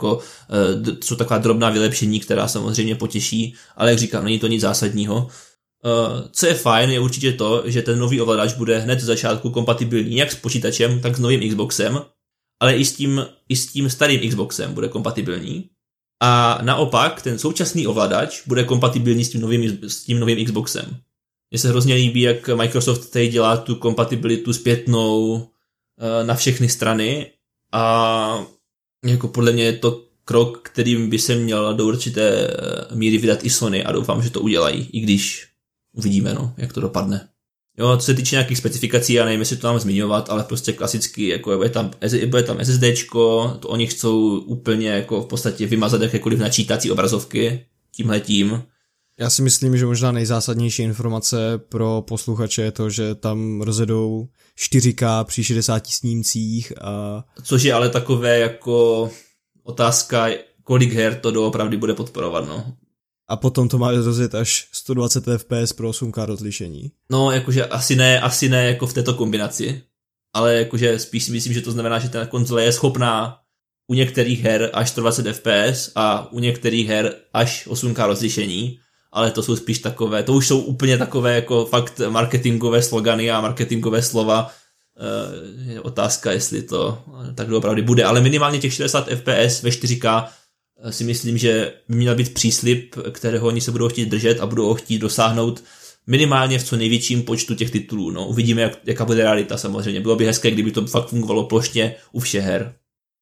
taková drobná vylepšení, která samozřejmě potěší, ale jak říkám, není to nic zásadního. Co je fajn, je určitě to, že ten nový ovladač bude hned z začátku kompatibilní jak s počítačem, tak s novým Xboxem, ale i s tím starým Xboxem bude kompatibilní. A naopak, ten současný ovladač bude kompatibilní s tím novým Xboxem. Mně se hrozně líbí, jak Microsoft tady dělá tu kompatibilitu zpětnou na všechny strany a jako podle mě je to krok, kterým by se měl do určité míry vydat i Sony a doufám, že to udělají, i když uvidíme, no, jak to dopadne. Jo, co se týče nějakých specifikací, já nevím, jestli to mám zmiňovat, ale prostě klasicky, jako bude tam SSDčko, to oni chcou úplně jako v podstatě vymazat jakékoliv načítací obrazovky tímhletím. Já si myslím, že možná nejzásadnější informace pro posluchače je to, že tam rozjedou 4K při 60 snímcích a... Což je ale takové jako otázka, kolik her to doopravdy bude podporovat, no. A potom to má rozjet až 120 fps pro 8K rozlišení. No, jakože asi ne jako v této kombinaci, ale jakože spíš si myslím, že to znamená, že ta konzole je schopná u některých her až 120 fps a u některých her až 8K rozlišení, ale to jsou spíš takové, to už jsou úplně takové jako fakt marketingové slogany a marketingové slova. Je otázka, jestli to tak doopravdy bude, ale minimálně těch 60 fps ve 4K si myslím, že by měl být příslib, kterého oni se budou chtít držet a budou ho chtít dosáhnout minimálně v co největším počtu těch titulů. No, uvidíme, jaká bude realita samozřejmě. Bylo by hezké, kdyby to fakt fungovalo plošně u všech her.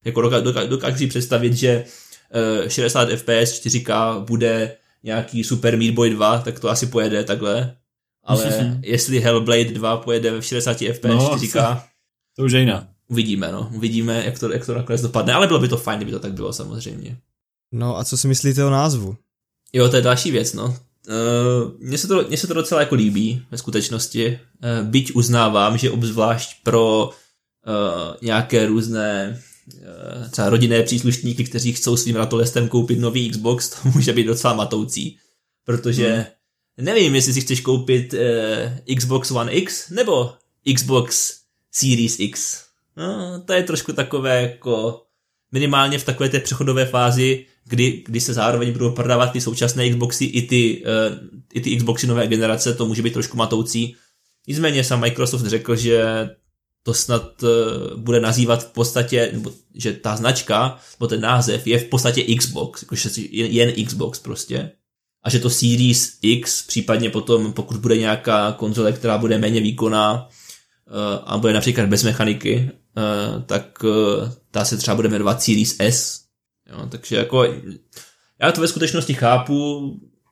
Jako dokážu si představit, že 60 FPS 4K bude nějaký Super Meat Boy 2, tak to asi pojede takhle. Ale jestli Hellblade 2 pojede v 60 FPS 4K, to už je jiná. Uvidíme, jak to nakonec dopadne, ale bylo by to fajn, kdyby to tak bylo samozřejmě. No a co si myslíte o názvu? Jo, to je další věc, no. Mně se to docela jako líbí ve skutečnosti, byť uznávám, že obzvlášť pro nějaké různé třeba rodinné příslušníky, kteří chcou svým ratolestem koupit nový Xbox, to může být docela matoucí, protože nevím, jestli si chceš koupit Xbox One X nebo Xbox Series X. No, to je trošku takové jako minimálně v takové té přechodové fázi, kdy se zároveň budou prodávat ty současné Xboxy i ty Xboxy nové generace, to může být trošku matoucí. Nicméně sám Microsoft řekl, že to snad bude nazývat v podstatě, nebo že ta značka, nebo ten název je v podstatě Xbox, jakože jen Xbox prostě. A že to Series X, případně potom, pokud bude nějaká konzole, která bude méně výkonná a bude například bez mechaniky, tak ta se třeba bude jmenovat Series S. Jo, takže jako já to ve skutečnosti chápu,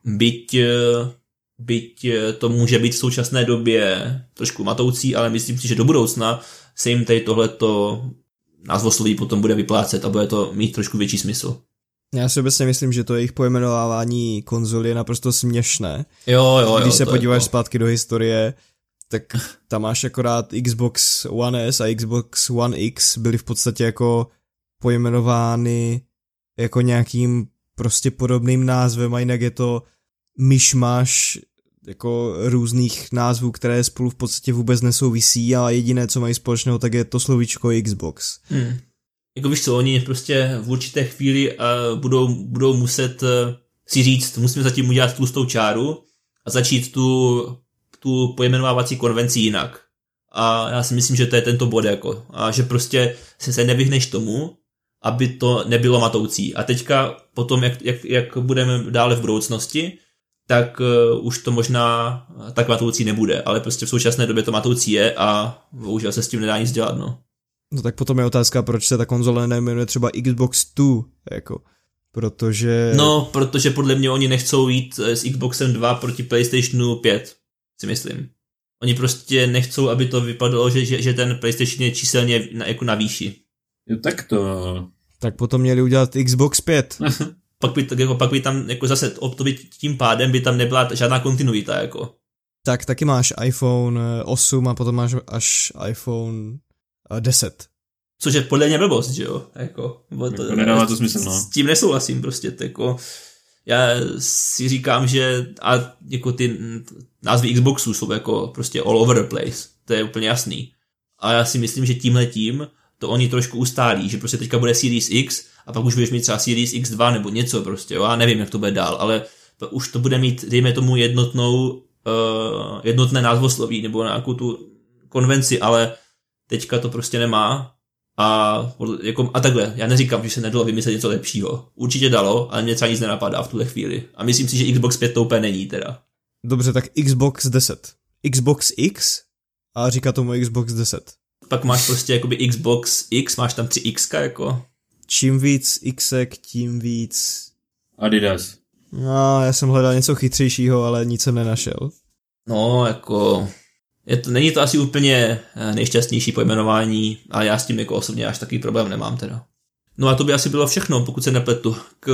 byť to může být v současné době trošku matoucí, ale myslím si, že do budoucna se jim tady tohleto názvosloví potom bude vyplácet a bude to mít trošku větší smysl. Já si obecně myslím, že to jejich pojmenovávání konzoli je naprosto směšné. Jo, když se podíváš zpátky do historie, tak tam máš akorát Xbox One S a Xbox One X byly v podstatě jako pojmenovány jako nějakým prostě podobným názvem a jinak je to myšmaš jako různých názvů, které spolu v podstatě vůbec nesouvisí a jediné, co mají společného, tak je to slovíčko Xbox. Jako víš co, oni prostě v určité chvíli budou muset si říct, musíme zatím udělat tlustou čáru a začít tu pojmenovávací konvenci jinak. A já si myslím, že to je tento bod jako. A že prostě se nevyhneš tomu, aby to nebylo matoucí. A teďka potom, jak budeme dále v budoucnosti, tak už to možná tak matoucí nebude. Ale prostě v současné době to matoucí je a bohužel se s tím nedá nic dělat, no. No tak potom je otázka, proč se ta konzole nejmenuje třeba Xbox 2, jako. Protože podle mě oni nechcou jít s Xboxem 2 proti PlayStationu 5, si myslím. Oni prostě nechcou, aby to vypadalo, že ten PlayStation je číselně jako na výši. Jo, tak to... Tak potom měli udělat Xbox 5. pak by tam jako zase tím pádem by tam nebyla žádná kontinuita, jako. Tak taky máš iPhone 8 a potom máš až iPhone 10. Což je podle mě blbost, že jo? Jako nedává to smysl, no. S tím nesouhlasím prostě, jako já si říkám, že a jako ty názvy Xboxů jsou jako prostě all over the place, to je úplně jasný. A já si myslím, že tímhletím to oni trošku ustálí, že prostě teďka bude Series X a pak už budeš mít třeba Series X2 nebo něco prostě, jo? Já nevím, jak to bude dál, ale už to bude mít, dejme tomu jednotné názvosloví nebo nějakou tu konvenci, ale teďka to prostě nemá a takhle, já neříkám, že se nedalo vymyslet něco lepšího. Určitě dalo, ale mě třeba nic nenapadá v tuhle chvíli. A myslím si, že Xbox 5 to úplně není teda. Dobře, tak Xbox 10. Xbox X a říká tomu Xbox 10. Pak máš prostě jakoby Xbox X, máš tam 3X jako. Čím víc Xek, tím víc... Adidas. No, já jsem hledal něco chytřejšího, ale nic jsem nenašel. No, jako... Není to asi úplně nejšťastnější pojmenování, ale já s tím jako osobně až takový problém nemám teda. No a to by asi bylo všechno, pokud se nepletu, k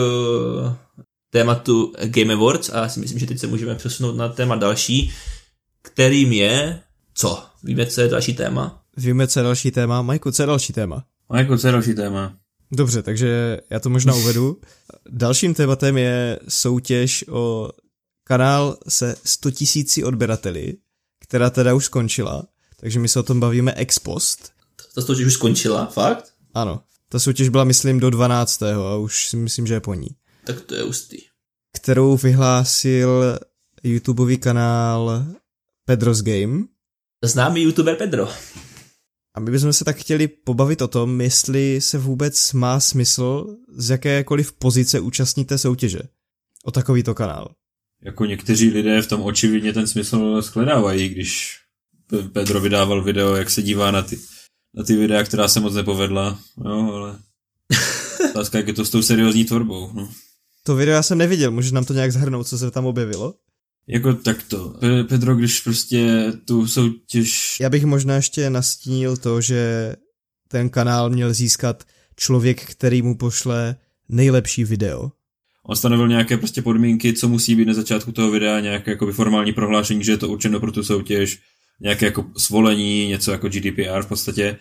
tématu Game Awards a já si myslím, že teď se můžeme přesunout na téma další, kterým je... Co? Víme, co je další téma? Víme, co je další téma. Majku, co je další téma? Majku, co je další téma? Dobře, takže já to možná uvedu. Dalším tématem je soutěž o kanál se 100 000 odběrateli, která teda už skončila, takže my se o tom bavíme ex post. Ta soutěž už skončila, fakt? Ano, ta soutěž byla myslím do 12. a už si myslím, že je po ní. Tak to je hustý. Kterou vyhlásil YouTubeový kanál Pedro's Game. Známý YouTuber Pedro. A my bychom se tak chtěli pobavit o tom, jestli se vůbec má smysl z jakékoliv pozice účastnit té soutěže o takovýto kanál. Jako někteří lidé v tom očividně ten smysl shledávají, když Pedro vydával video, jak se dívá na ty videa, která se moc nepovedla, jo, ale Otázka, jak je to s tou seriózní tvorbou. No. To video já jsem neviděl, můžeš nám to nějak zhrnout, co se tam objevilo? Jako takto. Pedro, když prostě tu soutěž... Já bych možná ještě nastínil to, že ten kanál měl získat člověk, který mu pošle nejlepší video. On stanovil nějaké prostě podmínky, co musí být na začátku toho videa, nějaké jakoby formální prohlášení, že je to určeno pro tu soutěž, nějaké jako svolení, něco jako GDPR v podstatě.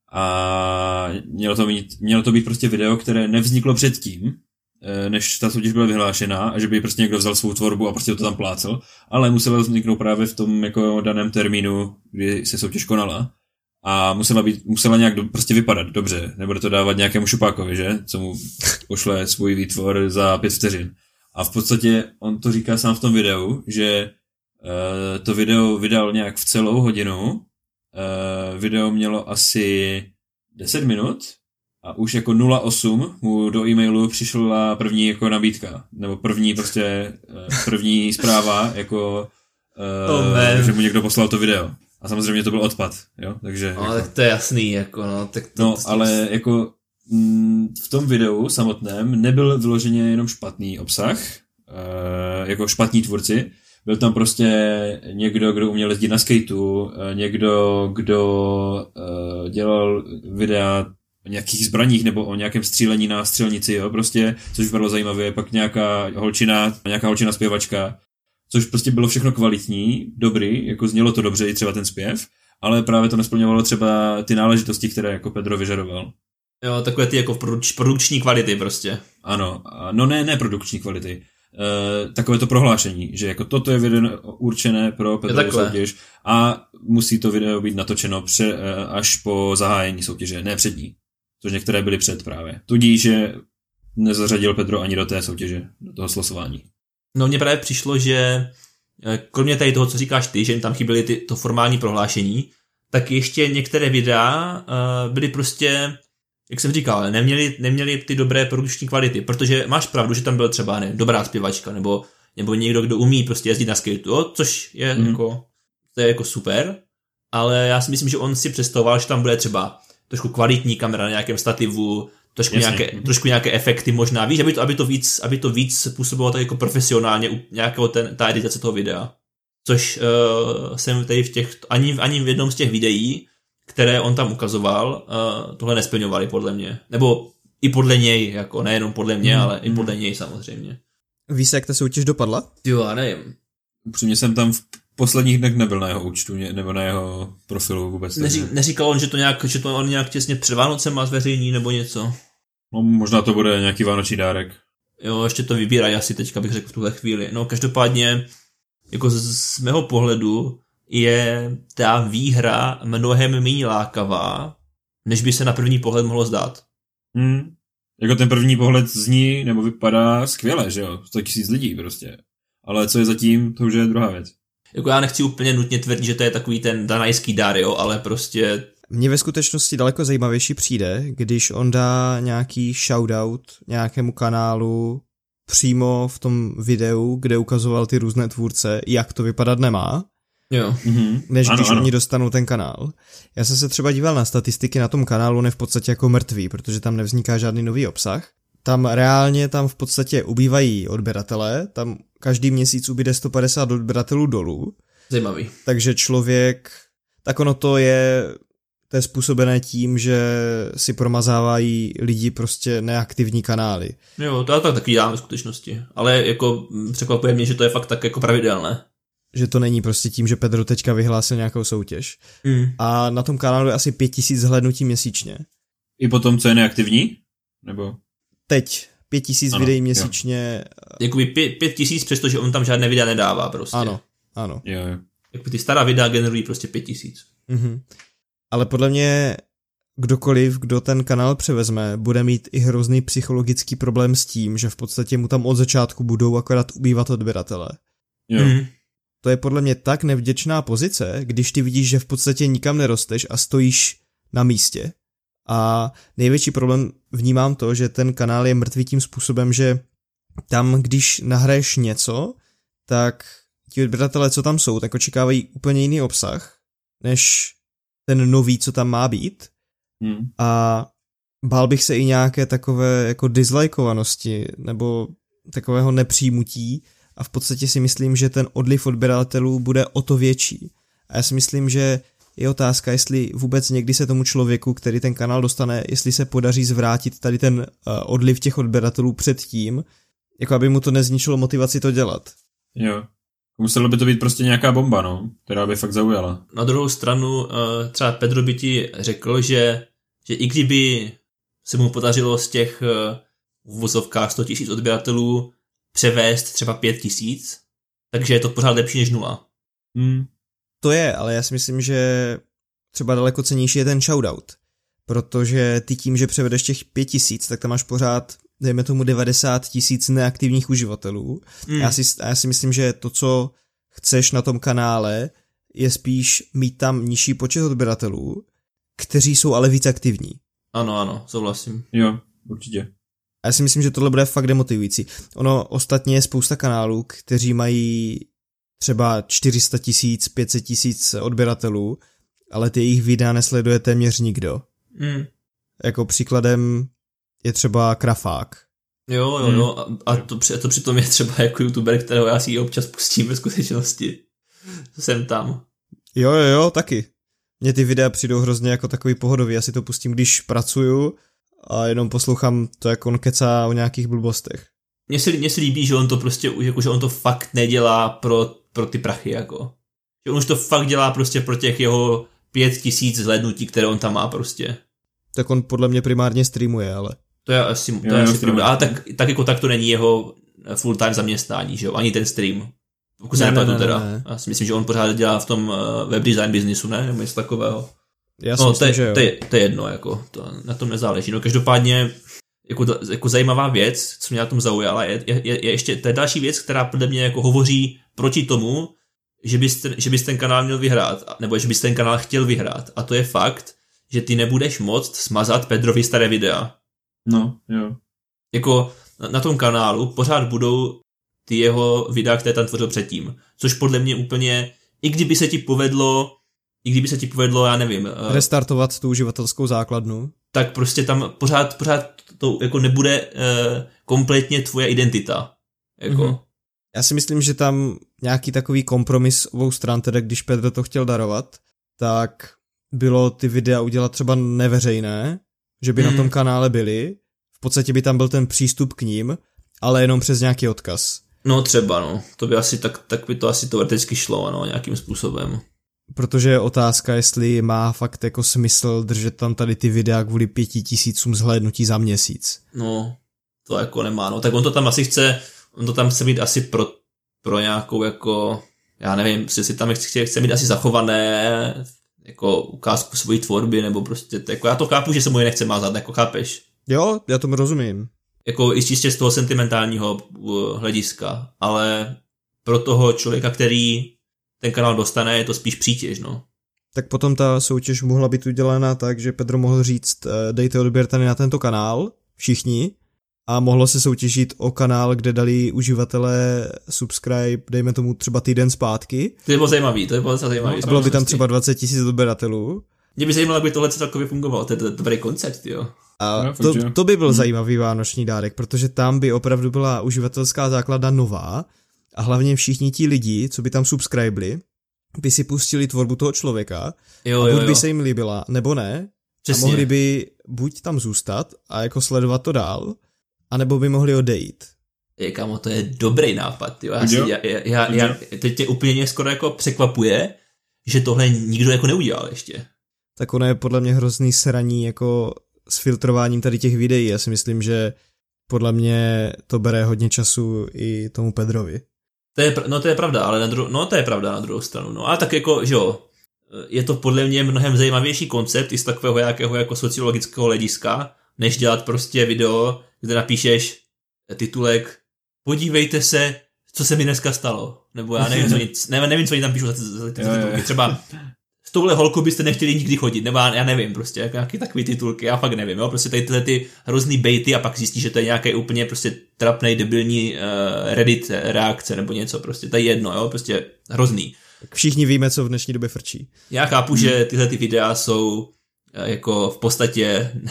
A mělo to být prostě video, které nevzniklo předtím, než ta soutěž byla vyhlášená, a že by prostě někdo vzal svou tvorbu a prostě to tam plácel, ale musela vzniknout právě v tom jako daném termínu, kdy se soutěž konala. A musela nějak prostě vypadat dobře, nebude to dávat nějakému šupákovi, že? Co mu pošle svůj výtvor za 5 vteřin. A v podstatě on to říká sám v tom videu, že to video vydal nějak v celou hodinu, video mělo asi 10 minut a už jako 08 mu do e-mailu přišla první jako nabídka, nebo první zpráva, jako že mu někdo poslal to video. A samozřejmě to byl odpad, jo, takže... No, jako... tak to je jasný, jako no, tak to... No, ale jako v tom videu samotném nebyl vyloženě jenom špatný obsah, jako špatní tvůrci, byl tam prostě někdo, kdo uměl jezdit na skateu, někdo, kdo dělal videa o nějakých zbraních nebo o nějakém střílení na střelnici, jo, prostě, což vypadalo zajímavě, pak nějaká holčina zpěvačka, což prostě bylo všechno kvalitní, dobrý, jako znělo to dobře i třeba ten zpěv, ale právě to nesplňovalo třeba ty náležitosti, které jako Pedro vyžadoval. Jo, takové ty jako produkční kvality prostě. Ano, no ne produkční kvality. Takové to prohlášení, že jako toto je video určené pro Pedrovu soutěž a musí to video být natočeno až po zahájení soutěže, ne před ní. Což některé byly před právě. Tudíž, že nezařadil Pedro ani do té soutěže, do toho slosování. No mně právě přišlo, že kromě tady toho, co říkáš ty, že jim tam chyběly to formální prohlášení, tak ještě některé videa byly prostě, jak jsem říkal, neměli ty dobré produkční kvality, protože máš pravdu, že tam byl třeba dobrá zpěvačka, nebo někdo, kdo umí prostě jezdit na skateu, což je jako, to je jako super, ale já si myslím, že on si představoval, že tam bude třeba trošku kvalitní kamera na nějakém stativu, trošku nějaké efekty možná, víš, aby to víc působilo tak jako profesionálně nějakého ta editace toho videa. Což jsem tady ani v jednom z těch videí, které on tam ukazoval, tohle nesplňovali podle mě. Nebo i podle něj, jako nejenom podle mě, ale i podle něj samozřejmě. Víš, jak ta soutěž dopadla? Jo, já nevím. Upřímně jsem tam v posledních dnech nebyl na jeho účtu, nebo na jeho profilu vůbec. Neříkal on, že to on nějak těsně před Vánocem má zveřejní nebo něco? No, možná to bude nějaký vánoční dárek. Jo, ještě to vybírají asi teďka, bych řekl v tuhle chvíli. No, každopádně, jako z mého pohledu je ta výhra mnohem méně lákavá, než by se na první pohled mohlo zdát. Jako ten první pohled zní, nebo vypadá skvěle, že jo? 100 000 lidí prostě. Ale co je zatím, to už je druhá věc. Jako já nechci úplně nutně tvrdit, že to je takový ten danajský dar, jo, ale prostě... Mně ve skutečnosti daleko zajímavější přijde, když on dá nějaký shoutout nějakému kanálu přímo v tom videu, kde ukazoval ty různé tvůrce, jak to vypadat nemá, jo. Než když oni dostanou ten kanál. Já jsem se třeba díval na statistiky na tom kanálu, on je v podstatě jako mrtvý, protože tam nevzniká žádný nový obsah. Tam v podstatě ubývají odběratelé, tam každý měsíc ubyde 150 odběratelů dolů. Zajímavý. Takže to je způsobené tím, že si promazávají lidi prostě neaktivní kanály. Jo, to taky dělám v skutečnosti, ale jako překvapuje mě, že to je fakt tak jako pravidelné. Že to není prostě tím, že Pedro teďka vyhlásil nějakou soutěž. A na tom kanálu je asi 5000 zhlédnutí měsíčně. I potom, co je neaktivní? Nebo... Teď 5000 videí měsíčně. Jakoby 5000, přestože on tam žádné videa nedává prostě. Ano. Jo. Jakoby ty stará videa generují prostě 5000. Ale podle mě kdokoliv, kdo ten kanál převezme, bude mít i hrozný psychologický problém s tím, že v podstatě mu tam od začátku budou akorát ubývat odběratele. Jo. To je podle mě tak nevděčná pozice, když ty vidíš, že v podstatě nikam nerosteš a stojíš na místě. A největší problém vnímám to, že ten kanál je mrtvý tím způsobem, že tam, když nahraješ něco, tak ti odběratelé, co tam jsou, tak očekávají úplně jiný obsah, než ten nový, co tam má být. A bál bych se i nějaké takové jako dislikeovanosti nebo takového nepřijmutí a v podstatě si myslím, že ten odliv odběratelů bude o to větší. A já si myslím, že je otázka, jestli vůbec někdy se tomu člověku, který ten kanál dostane, jestli se podaří zvrátit tady ten odliv těch odběratelů předtím, jako aby mu to nezničilo motivaci to dělat. Jo. Muselo by to být prostě nějaká bomba, no, která by fakt zaujala. Na druhou stranu třeba Pedro by ti řekl, že i kdyby se mu podařilo z těch v uvozovkách 100 000 odběratelů převést třeba 5 000, takže je to pořád lepší než 0. To je, ale já si myslím, že třeba daleko cennější je ten shoutout, protože ty tím, že převedeš těch 5 000, tak tam máš pořád, dejme tomu 90 000 neaktivních uživatelů. Já si myslím, že to, co chceš na tom kanále, je spíš mít tam nižší počet odběratelů, kteří jsou ale víc aktivní. Ano, souhlasím. Jo, určitě. A já si myslím, že tohle bude fakt demotivující. Ono ostatně je spousta kanálů, kteří mají třeba 400 000, 500 000 odběratelů, ale ty jejich videa nesleduje téměř nikdo. Jako příkladem je třeba Krafák. Jo. A to přitom je třeba jako youtuber, kterého já si občas pustím ve skutečnosti. Jsem tam. Jo, taky. Mně ty videa přijdou hrozně jako takový pohodový. Já si to pustím, když pracuju a jenom poslouchám to, jak on kecá o nějakých blbostech. Mně se líbí, že on to prostě, jako, že on to fakt nedělá pro ty prachy, jako. Že on už to fakt dělá prostě pro těch jeho 5 000 zhlédnutí, které on tam má prostě. Tak on podle mě primárně streamuje, ale. To je asi pravda. Ale tak jako tak to není jeho full-time zaměstnání, že jo? Ani ten stream. Pokud se nepletu teda. Ne. Já si myslím, že on pořád dělá v tom web design businessu, ne? Nebo něco takového. Já si myslím, že jo. To je jedno, jako. To na tom nezáleží. No každopádně jako zajímavá věc, co mě na tom zaujala, je ještě to je další věc, která podle mě jako hovoří proti tomu, že bys ten kanál měl vyhrát, nebo že bys ten kanál chtěl vyhrát. A to je fakt, že ty nebudeš moct smazat Pedrovi staré videa. No, jo. Jako na tom kanálu pořád budou ty jeho videa, které tam tvořil předtím. Což podle mě úplně, i kdyby se ti povedlo, já nevím. Restartovat tu uživatelskou základnu. Tak prostě tam pořád to jako nebude kompletně tvoje identita. Jako. Mm-hmm. Já si myslím, že tam nějaký takový kompromis obou stran, teda když Pedro to chtěl darovat, tak bylo ty videa udělat třeba neveřejné, že by na tom kanále byly, v podstatě by tam byl ten přístup k ním, ale jenom přes nějaký odkaz. No třeba, no. To by asi tak by to asi teoreticky šlo, ano, nějakým způsobem. Protože je otázka, jestli má fakt jako smysl držet tam tady ty videa kvůli 5 000 zhlédnutí za měsíc. No, to jako nemá, no. Tak on to tam chce mít asi pro nějakou jako, já nevím, si tam chce mít asi zachované jako ukázku svojí tvorby, nebo prostě, jako já to chápu, že se mu je nechce mázat, jako chápeš? Jo, já tomu rozumím. Jako i čistě z toho sentimentálního hlediska, ale pro toho člověka, který ten kanál dostane, je to spíš přítěž, no. Tak potom ta soutěž mohla být udělána tak, že Pedro mohl říct, dejte odběr tady na tento kanál, všichni, a mohlo se soutěžit o kanál, kde dali uživatelé subscribe, dejme tomu třeba týden zpátky. To je bylo zajímavý. A bylo by tam třeba 20 000 odběratelů. Mě by zajímalo, jak by tohle celkově fungovalo, to je dobrý koncept, jo. A to by byl zajímavý vánoční dárek, protože tam by opravdu byla uživatelská základna nová a hlavně všichni ti lidi, co by tam subscribeli, by si pustili tvorbu toho člověka a buď by se jim líbila, nebo ne. Přesně. A mohli by buď tam zůstat a jako sledovat to dál, anebo by mohli odejít. Kámo, to je dobrý nápad, jo. Já teď tě úplně skoro jako překvapuje, že tohle nikdo jako neudělal ještě. Tak ono je podle mě hrozný sraní jako s filtrováním tady těch videí. Já si myslím, že podle mě to bere hodně času i tomu Pedrovi. To je pravda, ale to je pravda na druhou stranu. No a tak jako, že jo, je to podle mě mnohem zajímavější koncept i z takového jakého jako sociologického hlediska, než dělat prostě video, kde napíšeš titulek podívejte se, co se mi dneska stalo. Nebo já nevím, co oni tam píšou za ty titulky. Třeba s touhle holkou byste nechtěli nikdy chodit, nebo já nevím, prostě jako nějaký takový titulky, já fakt nevím, jo, prostě tady tyhle ty hrozný bejty a pak zjistíš, že to je nějaké úplně prostě trapnej, debilní Reddit reakce nebo něco, prostě to je jedno, jo, prostě hrozný. Tak všichni víme, co v dnešní době frčí. Já chápu, že tyhle ty videa jsou jako v podstatě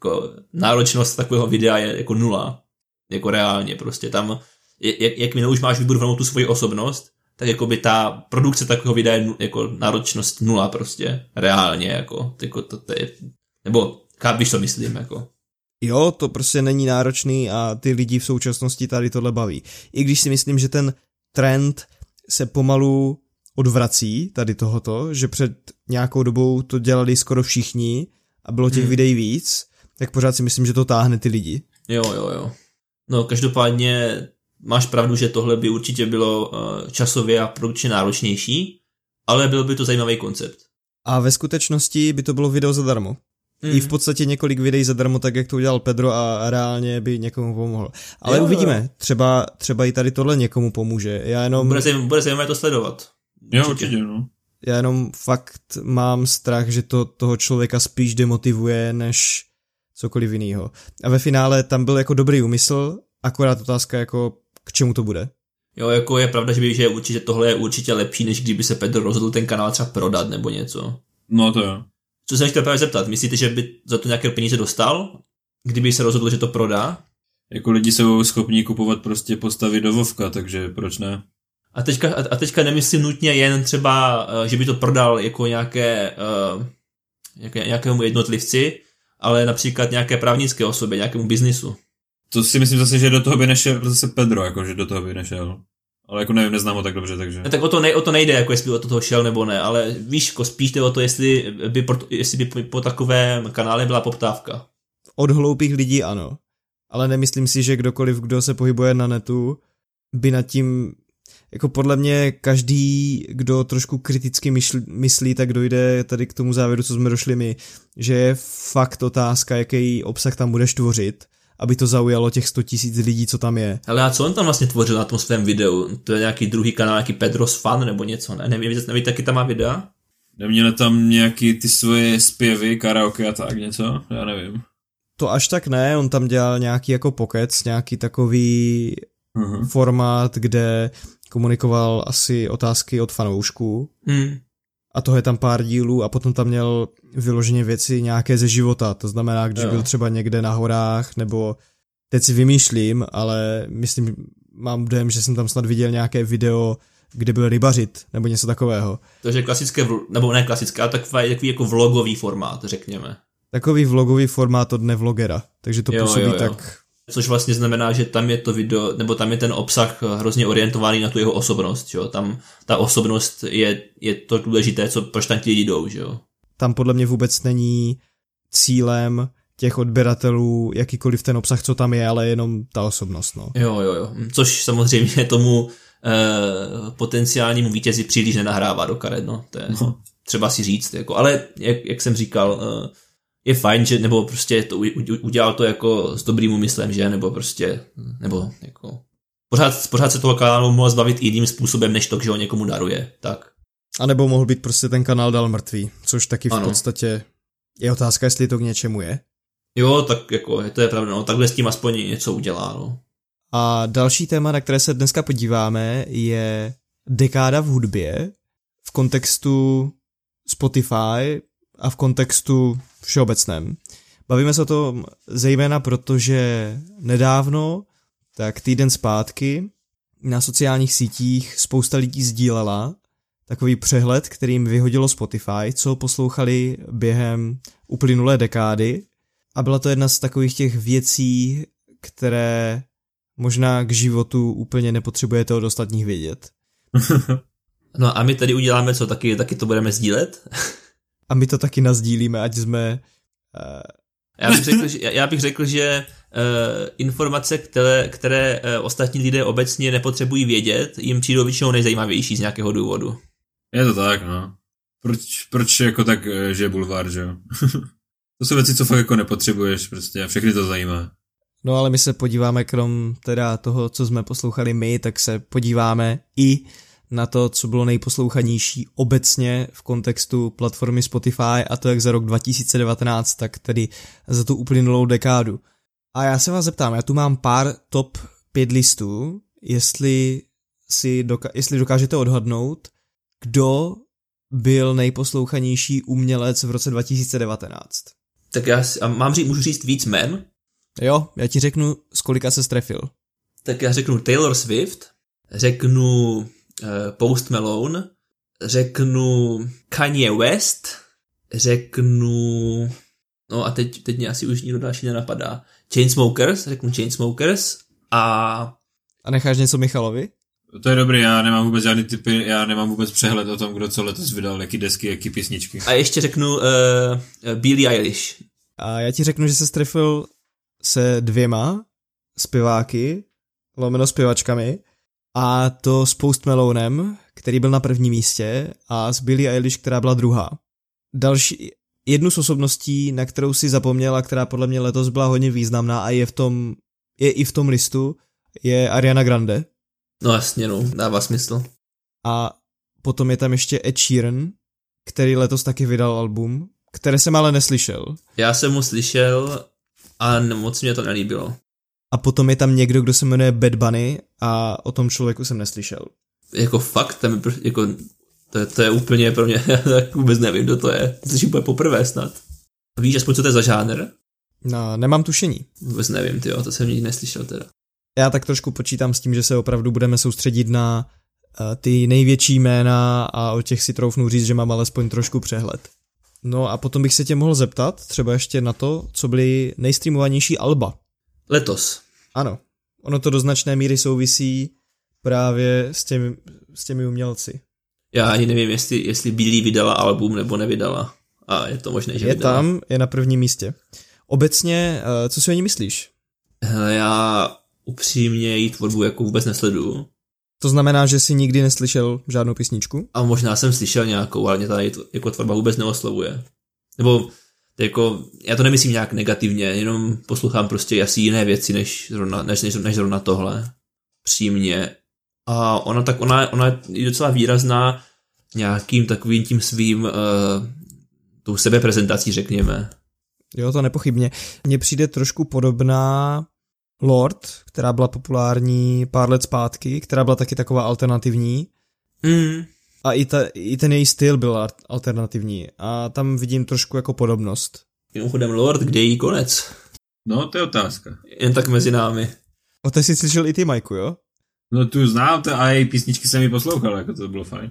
jako náročnost takového videa je jako 0. Jako reálně prostě tam, jakmile už máš vybudovanou tu svoji osobnost, tak jako by ta produkce takového videa je jako náročnost 0 prostě, reálně jako to je, nebo víš, co myslím, jako. Jo, to prostě není náročný a ty lidi v současnosti tady tohle baví. I když si myslím, že ten trend se pomalu odvrací tady tohoto, že před nějakou dobou to dělali skoro všichni a bylo těch videí víc, tak pořád si myslím, že to táhne ty lidi. Jo. No každopádně máš pravdu, že tohle by určitě bylo časově a produkčně náročnější, ale byl by to zajímavý koncept. A ve skutečnosti by to bylo video zadarmo. I v podstatě několik videí zadarmo, tak jak to udělal Pedro a reálně by někomu pomohl. Ale uvidíme, třeba i tady tohle někomu pomůže. Já jenom... Bude zajímavé to sledovat. Jo, určitě, no. Já jenom fakt mám strach, že to toho člověka spíš demotivuje, než cokoliv jinýho. A ve finále tam byl jako dobrý úmysl, akorát otázka jako k čemu to bude. Jo, jako je pravda, že určitě tohle je určitě lepší, než kdyby se Pedro rozhodl ten kanál třeba prodat nebo něco. No to jo. Co jsem chtěl právě zeptat, myslíte, že by za to nějaké peníze dostal, kdyby se rozhodl, že to prodá? Jako lidi jsou schopní kupovat prostě postavy do Vovka, takže proč ne? A teďka nemyslím nutně jen třeba, že by to prodal jako nějakému jednotlivci, ale například nějaké právnické osobě, nějakému biznisu. To si myslím zase, že do toho by nešel zase Pedro, jako že do toho by nešel. Ale jako nevím, neznám ho tak dobře, takže... Tak o to nejde, jako jestli by od toho šel nebo ne, ale víš, jako spíš jde o to, jestli by po takovém kanále byla poptávka. Od hloupých lidí ano, ale nemyslím si, že kdokoliv, kdo se pohybuje na netu, by nad tím... Jako podle mě každý, kdo trošku kriticky myslí, tak dojde tady k tomu závěru, co jsme došli my, že je fakt otázka, jaký obsah tam budeš tvořit, aby to zaujalo těch 100 000 lidí, co tam je. Ale a co on tam vlastně tvořil na tom svém videu? To je nějaký druhý kanál, nějaký Pedro's Fan nebo něco, ne? Nevíte, taky tam má videa? Neměli tam nějaký ty svoje zpěvy, karaoke a tak něco? Já nevím. To až tak ne, on tam dělal nějaký jako pokec, nějaký takový formát, kde komunikoval asi otázky od fanoušků. A toho je tam pár dílů a potom tam měl vyloženě věci nějaké ze života. To znamená, když byl třeba někde na horách, nebo teď si vymýšlím, ale myslím, mám dojem, že jsem tam snad viděl nějaké video, kde byl rybařit, nebo něco takového. Takže klasické, nebo ne klasické, ale takový jako vlogový formát, řekněme. Takový vlogový formát od nevlogera, takže to působí tak... Což vlastně znamená, že tam je to video, nebo tam je ten obsah hrozně orientovaný na tu jeho osobnost, jo. Tam ta osobnost je to důležité, proč tam ti lidi jdou, že jo. Tam podle mě vůbec není cílem těch odběratelů jakýkoliv ten obsah, co tam je, ale jenom ta osobnost, no. Jo. Což samozřejmě tomu potenciálnímu vítězi příliš nenahrává do karet, no. To je třeba si říct, jako. Ale jak jsem říkal, je fajn, že, nebo prostě to udělal to jako s dobrým úmyslem, že, nebo prostě, nebo jako, pořád se toho kanálu mohl zbavit jiným způsobem, než to, že ho někomu daruje, tak. A nebo mohl být prostě ten kanál dál mrtvý, což taky v podstatě je otázka, jestli to k něčemu je. Jo, tak jako, to je pravda, no, takhle s tím aspoň něco udělá, no. A další téma, na které se dneska podíváme, je dekáda v hudbě v kontextu Spotify a v kontextu všeobecném. Bavíme se o tom zejména proto, že nedávno, tak týden zpátky, na sociálních sítích spousta lidí sdílela takový přehled, kterým vyhodilo Spotify, co poslouchali během uplynulé dekády, a byla to jedna z takových těch věcí, které možná k životu úplně nepotřebujete od ostatních vědět. No a my tady uděláme co, taky to budeme sdílet? A my to taky nazdílíme, ať jsme... Já bych řekl, že informace, které ostatní lidé obecně nepotřebují vědět, jim přijdou většinou nejzajímavější z nějakého důvodu. Je to tak, no. Proč jako tak, že je bulvár, že jo? To jsou věci, co fakt jako nepotřebuješ prostě a všechny to zajímá. No ale my se podíváme, krom teda toho, co jsme poslouchali my, tak se podíváme i na to, co bylo nejposlouchanější obecně v kontextu platformy Spotify, a to jak za rok 2019, tak tedy za tu uplynulou dekádu. A já se vás zeptám, já tu mám pár top 5 listů, jestli dokážete odhadnout, kdo byl nejposlouchanější umělec v roce 2019. Tak můžu říct víc jmen? Jo, já ti řeknu, z kolika se strefil. Tak já řeknu Taylor Swift, řeknu Post Malone, řeknu Kanye West, řeknu... No a teď mě asi už nikdo další nenapadá. Řeknu Chainsmokers a... A necháš něco Michalovi? To je dobrý, já nemám vůbec žádný typy, já nemám vůbec přehled o tom, kdo co letos vydal, jaký desky, jaký písničky. A ještě řeknu Billie Eilish. A já ti řeknu, že se strefil se 2 zpěváky, lomeno zpěvačkami, a to s Post Malonem, který byl na prvním místě, a s Billie Eilish, která byla druhá. Jednu z osobností, na kterou si zapomněla, která podle mě letos byla hodně významná a je i v tom listu, je Ariana Grande. No jasně, no, dává smysl. A potom je tam ještě Ed Sheeran, který letos taky vydal album, které jsem ale neslyšel. Já jsem mu slyšel a moc mě to nelíbilo. A potom je tam někdo, kdo se jmenuje Bad Bunny a o tom člověku jsem neslyšel. Jako fakt, tam jako, to je úplně pro mě, tak vůbec nevím, kdo to je. To slyším poprvé snad. Víš aspoň, co to je za žánr? No, nemám tušení. Vůbec nevím, tyjo, to jsem nikdy neslyšel teda. Já tak trošku počítám s tím, že se opravdu budeme soustředit na ty největší jména a o těch si troufnu říct, že mám alespoň trošku přehled. No a potom bych se tě mohl zeptat třeba ještě na to, co byly nejstreamovanější alba. Letos. Ano, ono to do značné míry souvisí právě s těmi umělci. Já ani nevím, jestli Billie vydala album nebo nevydala. A je to možné, že vydala. Je na prvním místě. Obecně, co si o ní myslíš? Já upřímně její tvorbu jako vůbec nesleduju. To znamená, že jsi nikdy neslyšel žádnou písničku? A možná jsem slyšel nějakou, ale mě ta jako tvorba vůbec neoslovuje. Nebo jako, já to nemyslím nějak negativně, jenom poslouchám prostě asi jiné věci, než zrovna tohle. Přímě. A ona je docela výrazná nějakým takovým tím svým tou sebeprezentací, řekněme. Jo, to nepochybně. Mně přijde trošku podobná Lorde, která byla populární pár let zpátky, která byla taky taková alternativní. A i ten její styl byl alternativní. A tam vidím trošku jako podobnost. Mimochodem Lorde, kde je jí konec? No, to je otázka. Jen tak mezi námi. O té jsi slyšel i ty, Majku, jo? No tu znám a její písničky jsem ji poslouchal, jako to bylo fajn.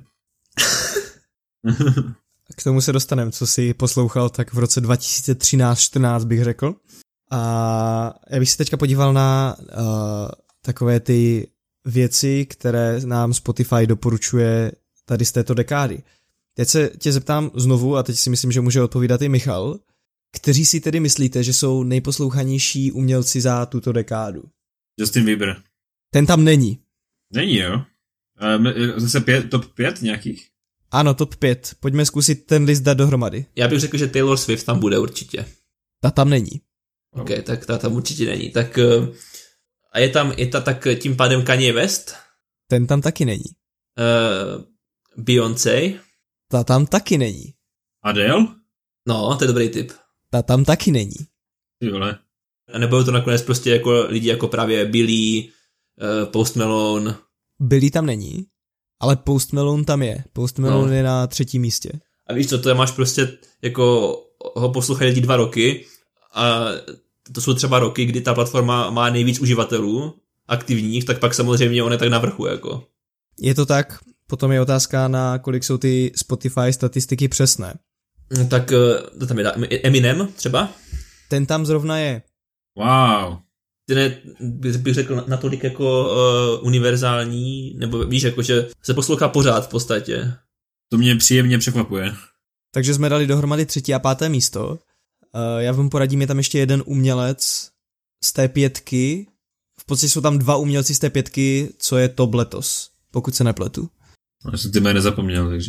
K tomu se dostaneme, co jsi poslouchal tak v roce 2013-14 bych řekl. A já bych se teďka podíval na takové ty věci, které nám Spotify doporučuje tady z této dekády. Teď se tě zeptám znovu, a teď si myslím, že může odpovídat i Michal, kteří si tedy myslíte, že jsou nejposlouchanější umělci za tuto dekádu? Justin Bieber. Ten tam není. Není, jo? Zase top 5 nějakých? Ano, top 5. Pojďme zkusit ten list dát dohromady. Já bych řekl, že Taylor Swift tam bude určitě. Ta tam není. Ok, tak ta tam určitě není. Tak a je tam tak tím pádem Kanye West? Ten tam taky není. Beyoncé? Ta tam taky není. Adele? No, to je dobrý tip. Ta tam taky není. Ty vole. A nebo to nakonec prostě jako lidi jako právě Billie, Post Malone. Billie tam není, ale Post Malone tam je. Post Malone je na 3. místě. A víš co, to máš prostě jako ho poslouchají lidi 2 roky a to jsou třeba roky, kdy ta platforma má nejvíc uživatelů aktivních, tak pak samozřejmě on je tak na vrchu jako. Je to tak, potom je otázka, na kolik jsou ty Spotify statistiky přesné. Tak to tam je Eminem třeba? Ten tam zrovna je. Wow. Ten bych řekl natolik jako univerzální, nebo víš, jako že se poslouchá pořád v podstatě. To mě příjemně překvapuje. Takže jsme dali dohromady 3. a 5. místo. Já vám poradím, je tam ještě jeden umělec z té 5. V podstatě jsou tam 2 umělci z té 5, co je top letos, pokud se nepletu. No, já jsem ty jmény nezapomněl, takže.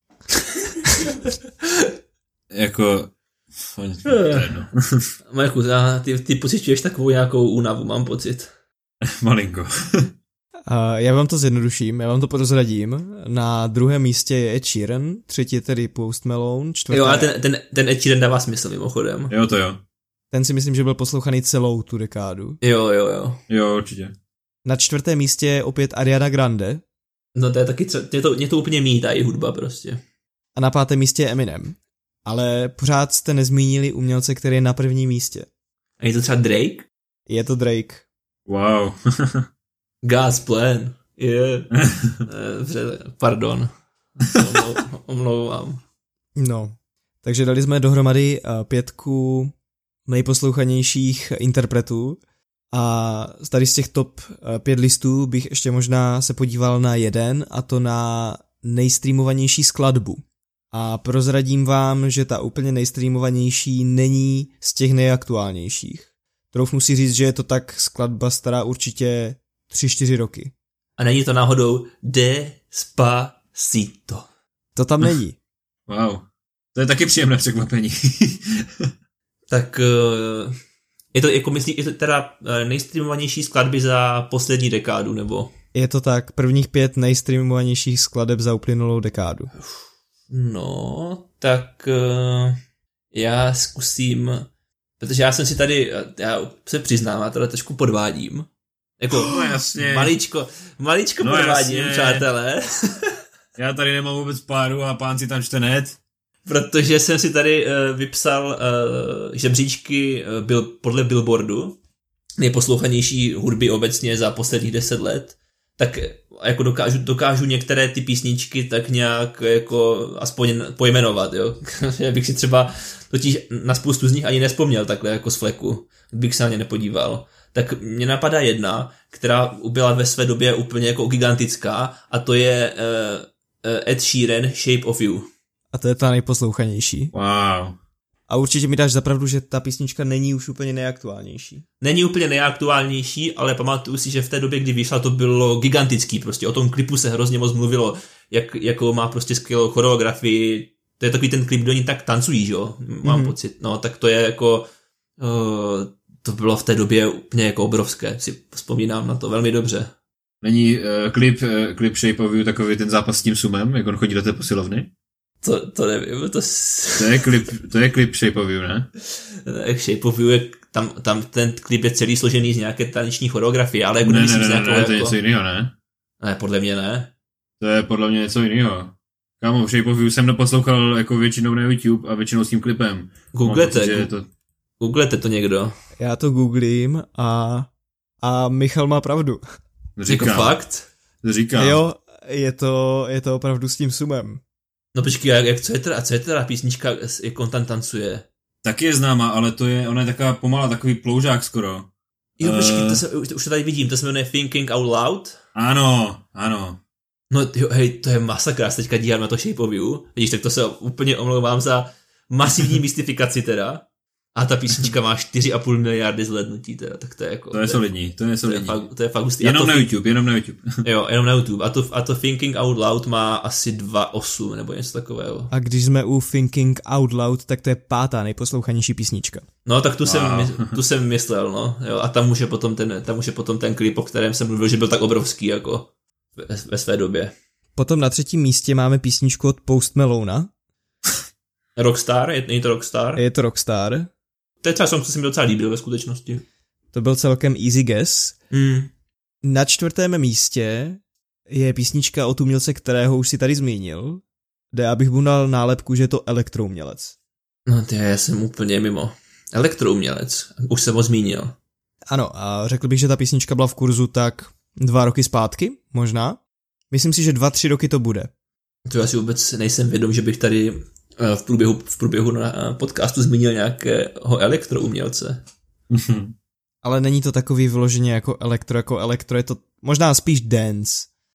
Jako... Marku, ty pociťuješ takovou nějakou únavu, mám pocit. Malinko. Já vám to zjednoduším, já vám to prozradím. Na 2. místě je Ed Sheeran, 3. je tedy Post Malone, 4. Jo, ale ten Ed Sheeran dává smysl mimochodem. Jo, to jo. Ten si myslím, že byl poslouchaný celou tu dekádu. Jo. Jo, určitě. Na 4. místě je opět Ariana Grande. No to je taky, mě to úplně mítá i hudba prostě. A na 5. místě je Eminem. Ale pořád jste nezmínili umělce, který je na prvním místě. A je to třeba Drake? Je to Drake. Wow. God's plan. Pardon. Omlouvám. No, takže dali jsme dohromady 5 nejposlouchanějších interpretů a tady z těch top 5 listů bych ještě možná se podíval na jeden, a to na nejstreamovanější skladbu. A prozradím vám, že ta úplně nejstreamovanější není z těch nejaktuálnějších. Troufnu si říct, že je to tak skladba stará určitě 3-4 roky. A není to náhodou Despacito. To tam není. Wow. To je taky příjemné překvapení. Tak je to jako myslí, je to teda nejstreamovanější skladby za poslední dekádu, nebo? Je to tak, prvních 5 nejstreamovanějších skladeb za uplynulou dekádu. No, tak já zkusím, protože já jsem si tady, já se přiznám, já teda trošku podvádím. Jako jasně. Maličko podvádím, jasně. Přátelé. Já tady nemám vůbec páru a pán si tam čte net. Protože jsem si tady vypsal žebříčky podle Billboardu, nejposlouchanější hudby obecně za posledních 10 let, tak jako dokážu některé ty písničky tak nějak jako aspoň pojmenovat, jo. Já bych si třeba totiž na spoustu z nich ani nespomněl takhle jako z fleku, bych se na ně nepodíval. Tak mě napadá jedna, která byla ve své době úplně jako gigantická, a to je Ed Sheeran, Shape of You. A to je ta nejposlouchanější. Wow. A určitě mi dáš za pravdu, že ta písnička není už úplně nejaktuálnější. Není úplně nejaktuálnější, ale pamatuju si, že v té době, kdy vyšla, to bylo gigantický. Prostě o tom klipu se hrozně moc mluvilo, jakou má prostě skvělou choreografii. To je takový ten klip, kdo oni tak tancují, že jo? Mám pocit. No, tak to je jako... to bylo v té době úplně jako obrovské. Si vzpomínám na to velmi dobře. Není klip Shape of You takový ten zápas s tím Sumem, jak on chodí do té posilovny? To nevím, To je klip Shape of You, ne? Shape of You je, tam ten klip je celý složený z nějaké taneční choreografie, ale jako nemyslím z nějakého... Ne, to je něco jiného, ne? Ne, podle mě ne. To je podle mě něco jiného. Kámo, Shape of You jsem neposlouchal jako většinou na YouTube a většinou s tím klipem. Googlete to někdo. Já to googlím a Michal má pravdu. Říkám. Jako fakt? Říkám. Jo, je to opravdu s tím Sumem. No počkej, co je teda písnička, jak on tam tancuje? Taky je známá, ale ona je taková pomalá, takový ploužák skoro. Jo, počkej, už to tady vidím, to se jmenuje Thinking Out Loud? Ano. No jo, hej, to je masakra, já se teďka dívám na to Shape of You, vidíš, tak to se úplně omlouvám za masivní mystifikaci teda. A ta písnička má 4,5 miliardy zhlédnutí teda, tak to je jako... To je solidní. To je fakt hustý. Jenom na YouTube. Jo, jenom na YouTube. A to Thinking Out Loud má asi 2,8 nebo něco takového. A když jsme u Thinking Out Loud, tak to je 5. nejposlouchanější písnička. No, tak tu jsem myslel, no. Jo, a tam už je potom ten klip, o kterém jsem mluvil, že byl tak obrovský jako ve své době. Potom na 3. místě máme písničku od Post Malona. Rockstar? Není to Rockstar? Je to Rockstar. To je třeba song, co se mi docela líbil ve skutečnosti. To byl celkem easy guess. Na 4. místě je písnička od umělce, kterého už si tady zmínil, kde abych mu dal nálepku, že je to elektroumělec. No já jsem úplně mimo. Elektroumělec, už jsem ho zmínil. Ano, a řekl bych, že ta písnička byla v kurzu tak 2 roky zpátky, možná. Myslím si, že 2-3 roky to bude. To já si vůbec nejsem vědom, že bych tady v průběhu na podcastu zmínil nějakého elektroumělce. Ale není to takový vyloženě jako elektro, je to možná spíš dance.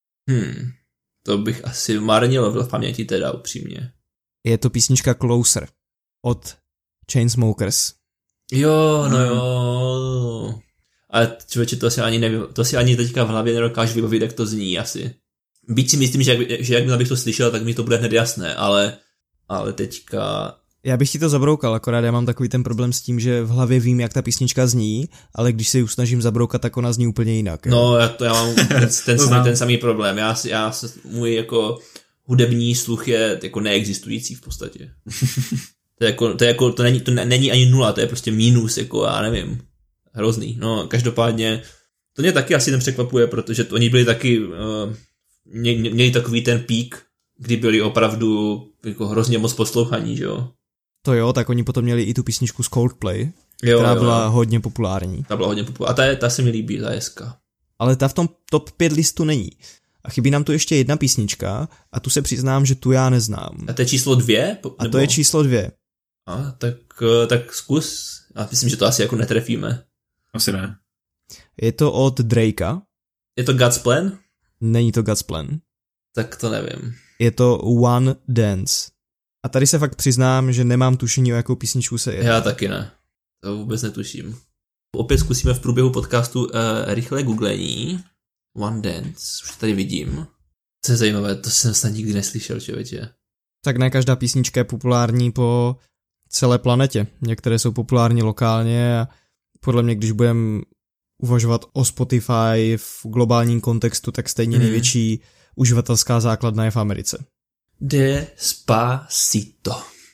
To bych asi marnil v paměti teda upřímně. Je to písnička Closer od Chainsmokers. Jo, no jo. Ale člověče, to si ani teďka v hlavě nedokážu vybavit, jak to zní asi. Byť si myslím, že jak bych to slyšel, tak mi to bude hned jasné, ale teďka... Já bych ti to zabroukal, akorát já mám takový ten problém s tím, že v hlavě vím, jak ta písnička zní, ale když se ji usnažím zabroukat, tak ona zní úplně jinak. Jo? No, já mám ten samý problém. Můj jako hudební sluch je jako neexistující v podstatě. To není ani 0, to je prostě mínus, jako já nevím. Hrozný. No, každopádně to mě taky asi nepřekvapuje, protože oni byli taky měli takový ten pík, kdy byli opravdu jako hrozně moc poslouchaní, že jo. To jo, tak oni potom měli i tu písničku z Coldplay, která byla hodně populární. Ta byla hodně populární. A ta se mi líbí, ta je hezká. Ale ta v tom top 5 listu není. A chybí nám tu ještě jedna písnička a tu se přiznám, že tu já neznám. A to je číslo 2? A to je číslo 2. A tak zkus. A myslím, že to asi jako netrefíme. Asi ne. Je to od Drakea. Je to God's Plan? Není to God's Plan. Tak to nevím. Je to One Dance. A tady se fakt přiznám, že nemám tušení, o jakou písničku se jedná. Já taky ne. To vůbec netuším. Opět zkusíme v průběhu podcastu rychlé googlení. One Dance, už to tady vidím. To je zajímavé, to jsem snad nikdy neslyšel, člověče. Tak ne každá písnička je populární po celé planetě. Některé jsou populární lokálně a podle mě, když budeme uvažovat o Spotify v globálním kontextu, tak stejně největší uživatelská základna je v Americe. Despacito.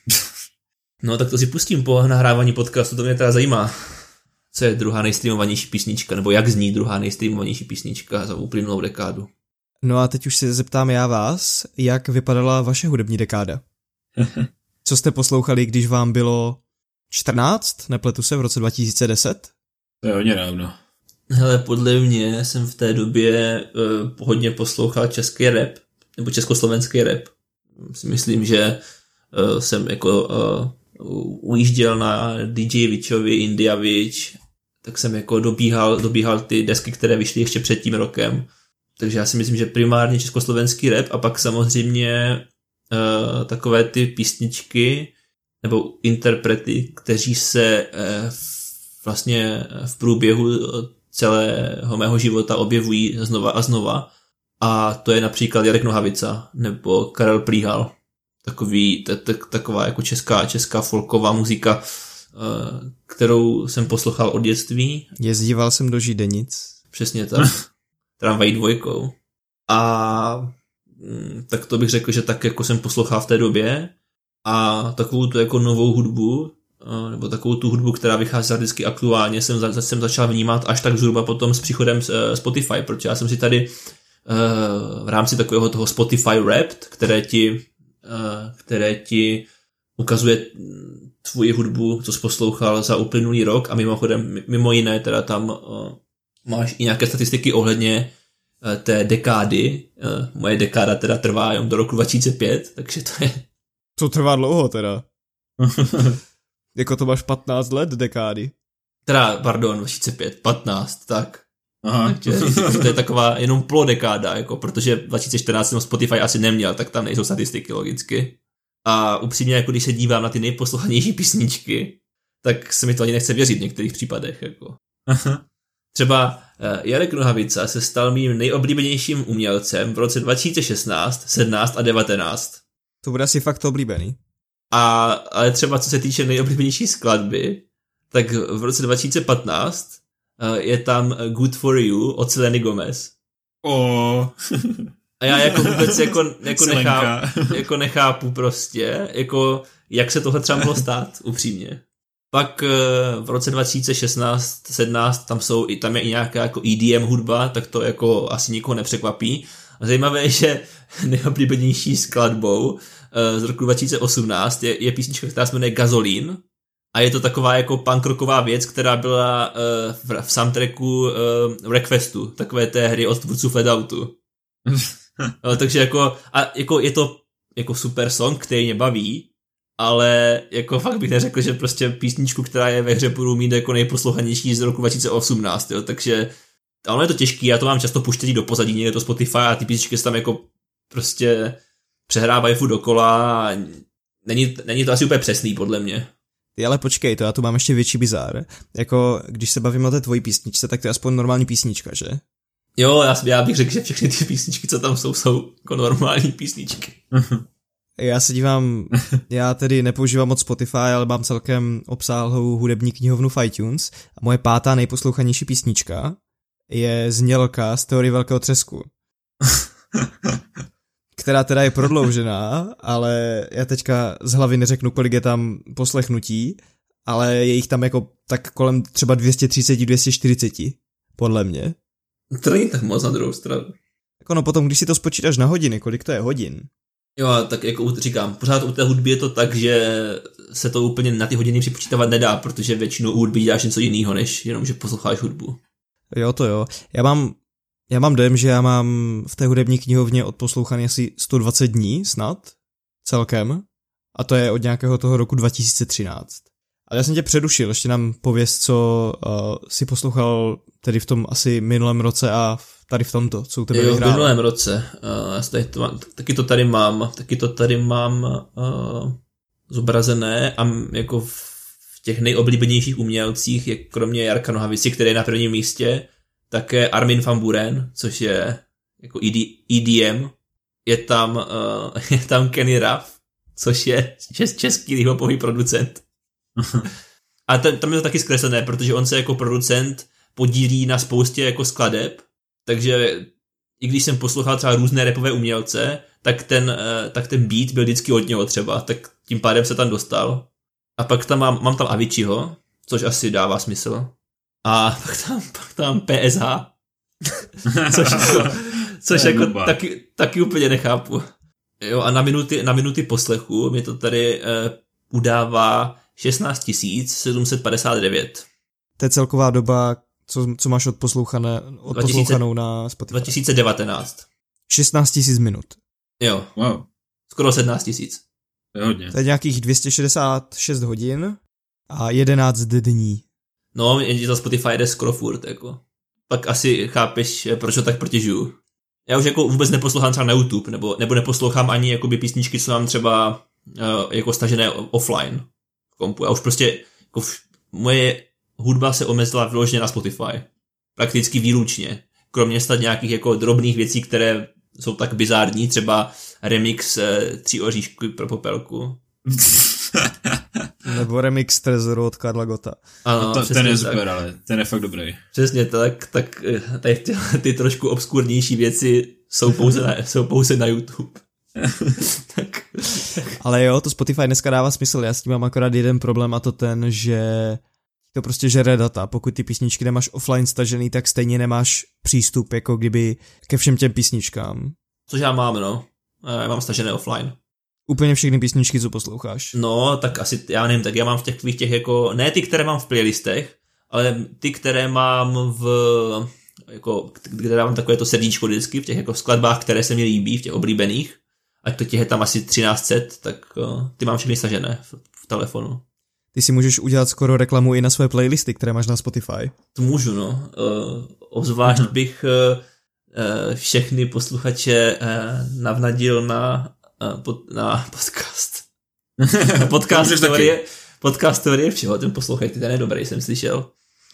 No tak to si pustím po nahrávání podcastu, to mě teda zajímá. Co je druhá nejstreamovanější písnička, nebo jak zní druhá nejstreamovanější písnička za uplynulou dekádu. No a teď už se zeptám já vás, jak vypadala vaše hudební dekáda? Co jste poslouchali, když vám bylo 14, nepletu se, v roce 2010? To je hodně dávno. Hele, podle mě jsem v té době hodně poslouchal český rap, nebo československý rap. Si myslím, že jsem jako ujížděl na DJ Vičovi, India Vič, tak jsem jako dobíhal ty desky, které vyšly ještě před tím rokem. Takže já si myslím, že primárně československý rap a pak samozřejmě takové ty písničky nebo interprety, kteří se vlastně v průběhu celého mého života objevují znova a znova. A to je například Jarek Nohavica nebo Karel Plíhal. Taková jako česká folková muzika, kterou jsem poslouchal od dětství. Jezdíval jsem do Židenic. Přesně tak. Tramvají 2. A tak to bych řekl, že tak jako jsem poslouchal v té době. A takovou tu jako novou hudbu, nebo takovou tu hudbu, která vychází vždycky aktuálně, jsem začal vnímat až tak zhruba potom s příchodem Spotify, protože já jsem si tady v rámci takového toho Spotify Wrapped, které ti ukazuje tvoji hudbu, co jsi poslouchal za uplynulý rok a mimochodem, mimo jiné teda tam máš i nějaké statistiky ohledně té dekády. Moje dekáda teda trvá jenom do roku 2005, takže to je... To trvá dlouho teda. Jako to máš 15 let dekády. Teda, pardon, 2005, 15, tak. Aha. Takže to je taková jenom dekáda, jako, protože 2014 jsem Spotify asi neměl, tak tam nejsou statistiky logicky. A upřímně, jako když se dívám na ty nejposlouchanější písničky, tak se mi to ani nechce věřit v některých případech. Jako. Třeba Jarek Nohavica se stal mým nejoblíbenějším umělcem v roce 2016, 17 a 19. To bude asi fakt oblíbený. Ale třeba co se týče nejoblíbenější skladby, tak v roce 2015 je tam Good For You od Seleny Gomez. A já jako vůbec jako nechápu prostě, jako jak se tohle třeba mohlo stát, upřímně. Pak v roce 2016-17 tam je i nějaká jako EDM hudba, tak to jako asi nikoho nepřekvapí. A zajímavé je, že nejoblíbenější skladbou z roku 2018 je písnička, která se jmenuje Gasolín. A je to taková jako punk rocková věc, která byla v soundtracku Wreckfestu, takové té hry od tvůrců Flatoutu. Takže jako je to jako super song, který mě baví, ale jako fakt bych neřekl, že prostě písničku, která je ve hře, budu mít jako nejposlouchanější z roku 2018, jo, takže ono je to těžký, já to mám často puštěný do pozadí někde do Spotify a ty písničky se tam jako prostě přehrávají furt dokola a není to asi úplně přesný podle mě. Ale počkej, to já tu mám ještě větší bizár. Jako, když se bavím o té tvojí písničce, tak to je aspoň normální písnička, že? Jo, já bych řekl, že všechny ty písničky, co tam jsou jako normální písničky. Já se dívám, já tedy nepoužívám moc Spotify, ale mám celkem obsáhlou hudební knihovnu v iTunes a moje 5. nejposlouchanější písnička je Znělka z Teorie velkého třesku. Která teda je prodloužená, ale já teďka z hlavy neřeknu, kolik je tam poslechnutí, ale je jich tam jako tak kolem třeba 230-240, podle mě. To není tak moc na druhou stranu. Jako no potom, když si to spočítáš na hodiny, kolik to je hodin, Jo, tak jako říkám, pořád u té hudby je to tak, že se to úplně na ty hodiny připočítávat nedá, protože většinou u hudby děláš něco jiného, než jenom, že posloucháš hudbu. Jo, to jo. Já mám dojem, že já mám v té hudební knihovně odposlouchaný asi 120 dní snad celkem a to je od nějakého toho roku 2013. Ale já jsem tě přerušil, ještě nám pověz, co si poslouchal tedy v tom asi minulém roce a tady v tomto, co u tebe vyhrálo. Jo, v minulém roce. Taky to tady mám zobrazené a jako v těch nejoblíbenějších umělcích je kromě Jarka Nohavici, který je na prvním místě, také Armin van Buuren, což je jako EDM. Je tam Kenny Raff, což je český hiphopový producent. A tam je to taky zkreslené, protože on se jako producent podílí na spoustě jako skladeb, takže i když jsem poslouchal třeba různé rapové umělce, tak ten beat byl vždycky od něho třeba, tak tím pádem se tam dostal. A pak tam mám tam Aviciiho, což asi dává smysl. A pak tam PSH, což jako taky úplně nechápu. Jo, a na minuty poslechu mi to tady udává 16 759. To je celková doba, co máš odposlouchanou na Spotify. 2019. 16 000 minut. Jo. Wow. Skoro 17 000. To je hodně. To je nějakých 266 hodin a 11 dní. No, jenže za Spotify jde skoro furt, jako. Pak asi chápeš, proč to tak protěžuju. Já už jako vůbec neposlouchám třeba na YouTube, nebo neposlouchám ani jakoby písničky, co mám třeba jako stažené offline v kompu. Já už prostě, jako moje hudba se omezila vyloženě na Spotify. Prakticky výlučně. Kromě snad nějakých jako drobných věcí, které jsou tak bizární, třeba remix 3 oříšky pro popelku. Nebo remix Trezoru od Karla Gotta. Ano, ten je super, ale ten je fakt dobrý. Přesně tak tady ty trošku obskurnější věci jsou pouze na YouTube. tak. Ale jo, to Spotify dneska dává smysl, já s tím mám akorát jeden problém a to ten, že to prostě žere data. Pokud ty písničky nemáš offline stažený, tak stejně nemáš přístup jako kdyby ke všem těm písničkám. Což já mám, no. Já mám stažené offline. Úplně všechny písničky, co posloucháš. No, tak asi, já nevím, tak já mám v těch jako, ne ty, které mám v playlistech, ale ty, které mám kde dávám takové to srdíčko vždycky, v těch jako skladbách, které se mi líbí, v těch oblíbených, ať to těch je tam asi 1300, tak ty mám všechny stažené v telefonu. Ty si můžeš udělat skoro reklamu i na své playlisty, které máš na Spotify. To můžu, no. Obzvlášť bych všechny posluchače navnadil na podcast. Podcast teorie všeho, ten poslouchejte, ten je dobrý, jsem slyšel.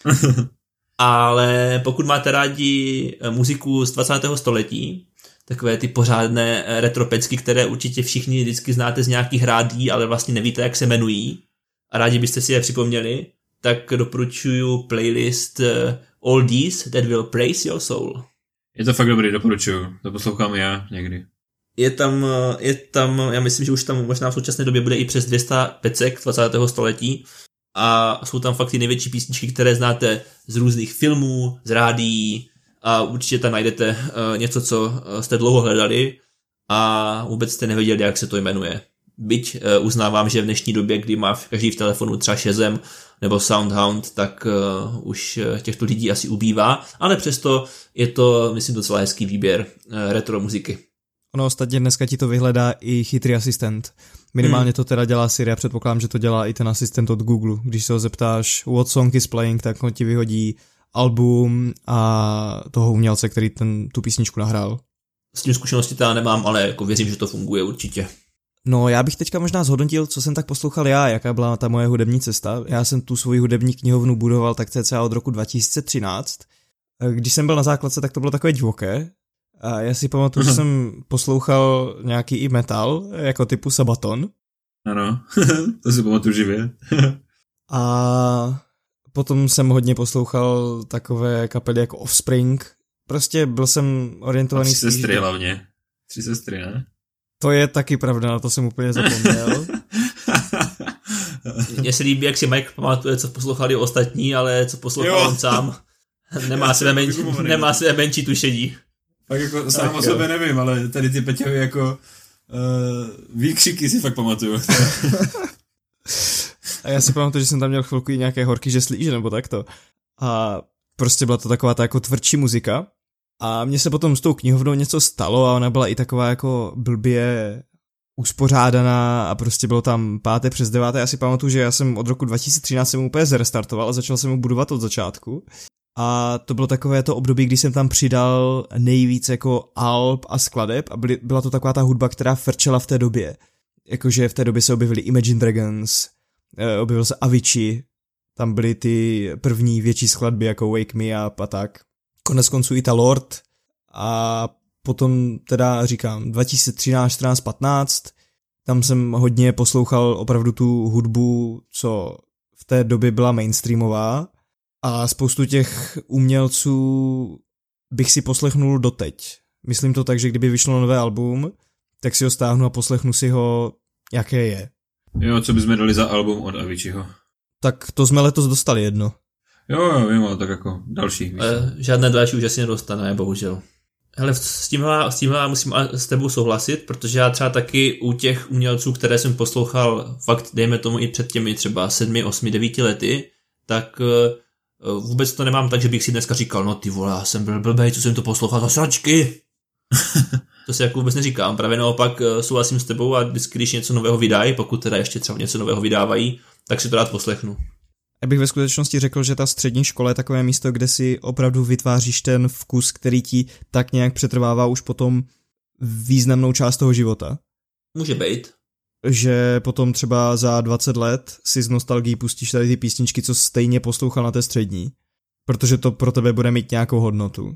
Ale pokud máte rádi muziku z 20. století, takové ty pořádné retropecky, které určitě všichni vždycky znáte z nějakých rádií, ale vlastně nevíte, jak se jmenují, a rádi byste si je připomněli, tak doporučuju playlist Oldies That Will Praise Your Soul. Je to fakt dobrý, doporučuju. To poslouchám já někdy. Je tam, já myslím, že už tam možná v současné době bude i přes 200 pecek 20. století a jsou tam fakt ty největší písničky, které znáte z různých filmů, z rádií a určitě tam najdete něco, co jste dlouho hledali a vůbec jste nevěděli, jak se to jmenuje. Byť uznávám, že v dnešní době, kdy má každý v telefonu třeba Shazam nebo Soundhound, tak už těchto lidí asi ubývá, ale přesto je to, myslím, docela hezký výběr retro muziky. Ono ostatně dneska ti to vyhledá i chytrý asistent. Minimálně to teda dělá Siri, já předpokládám, že to dělá i ten asistent od Google. Když se ho zeptáš what song is playing, tak on ti vyhodí album a toho umělce, který tu písničku nahrál. S tím zkušenosti teda nemám, ale jako věřím, že to funguje určitě. No, já bych teďka možná zhodnotil, co jsem tak poslouchal já, jaká byla ta moje hudební cesta. Já jsem tu svoji hudební knihovnu budoval tak cca od roku 2013. Když jsem byl na základce, tak to bylo takové divoké. A já si pamatuju, že jsem poslouchal nějaký i metal, jako typu Sabaton. Ano, to si pamatuju živě. A potom jsem hodně poslouchal takové kapely jako Offspring. Prostě byl jsem orientovaný... A 3 sestry hlavně. 3 sestry, ne? To je taky pravda, na to jsem úplně zapomněl. Mně se líbí, jak si Mike pamatuje, co poslouchali ostatní, ale co poslouchal on sám. Nemá své menší tušení. Tak jako sám o sobě nevím, ale tady ty Peťovi jako Výkřiky si fakt pamatuju. A já si pamatuju, že jsem tam měl chvilku i nějaké horky, že slíže nebo takto. A prostě byla to taková ta jako tvrdší muzika. A mně se potom s tou knihovnou něco stalo a ona byla i taková jako blbě uspořádaná a prostě bylo tam 5. přes 9. Já si pamatuju, že já jsem od roku 2013 jsem úplně zrestartoval a začal jsem mu budovat od začátku. A to bylo takové to období, kdy jsem tam přidal nejvíc jako alb a skladeb a byla to taková ta hudba, která frčela v té době. Jakože v té době se objevily Imagine Dragons, objevil se Avicii, tam byly ty první větší skladby jako Wake Me Up a tak. Konec konců i ta Lord a potom teda říkám 2013, 14, 15, tam jsem hodně poslouchal opravdu tu hudbu, co v té době byla mainstreamová a spoustu těch umělců bych si poslechnul doteď. Myslím to tak, že kdyby vyšlo nové album, tak si ho stáhnu a poslechnu si ho, jaké je. Jo, co bychom dali za album od Aviciiho? Tak to jsme letos dostali jedno. Jo, vím, ale tak jako další. Žádné další už asi nedostane, bohužel. Hele, s tímhle musím s tebou souhlasit, protože já třeba taky u těch umělců, které jsem poslouchal fakt, dejme tomu i před těmi třeba 7, 8, 9 lety, tak vůbec to nemám tak, že bych si dneska říkal, no ty vole, já jsem byl blbej, co jsem to poslouchal za sračky. To si jako vůbec neříkám, právě naopak souhlasím s tebou a vždycky, když něco nového vydají, pokud teda ještě třeba něco nového vydávají, tak si to rád poslechnu. Já bych ve skutečnosti řekl, že ta střední škola je takové místo, kde si opravdu vytváříš ten vkus, který ti tak nějak přetrvává už potom významnou část toho života. Může být. Že potom třeba za 20 let si z nostalgií pustíš tady ty písničky, co stejně poslouchal na té střední. Protože to pro tebe bude mít nějakou hodnotu.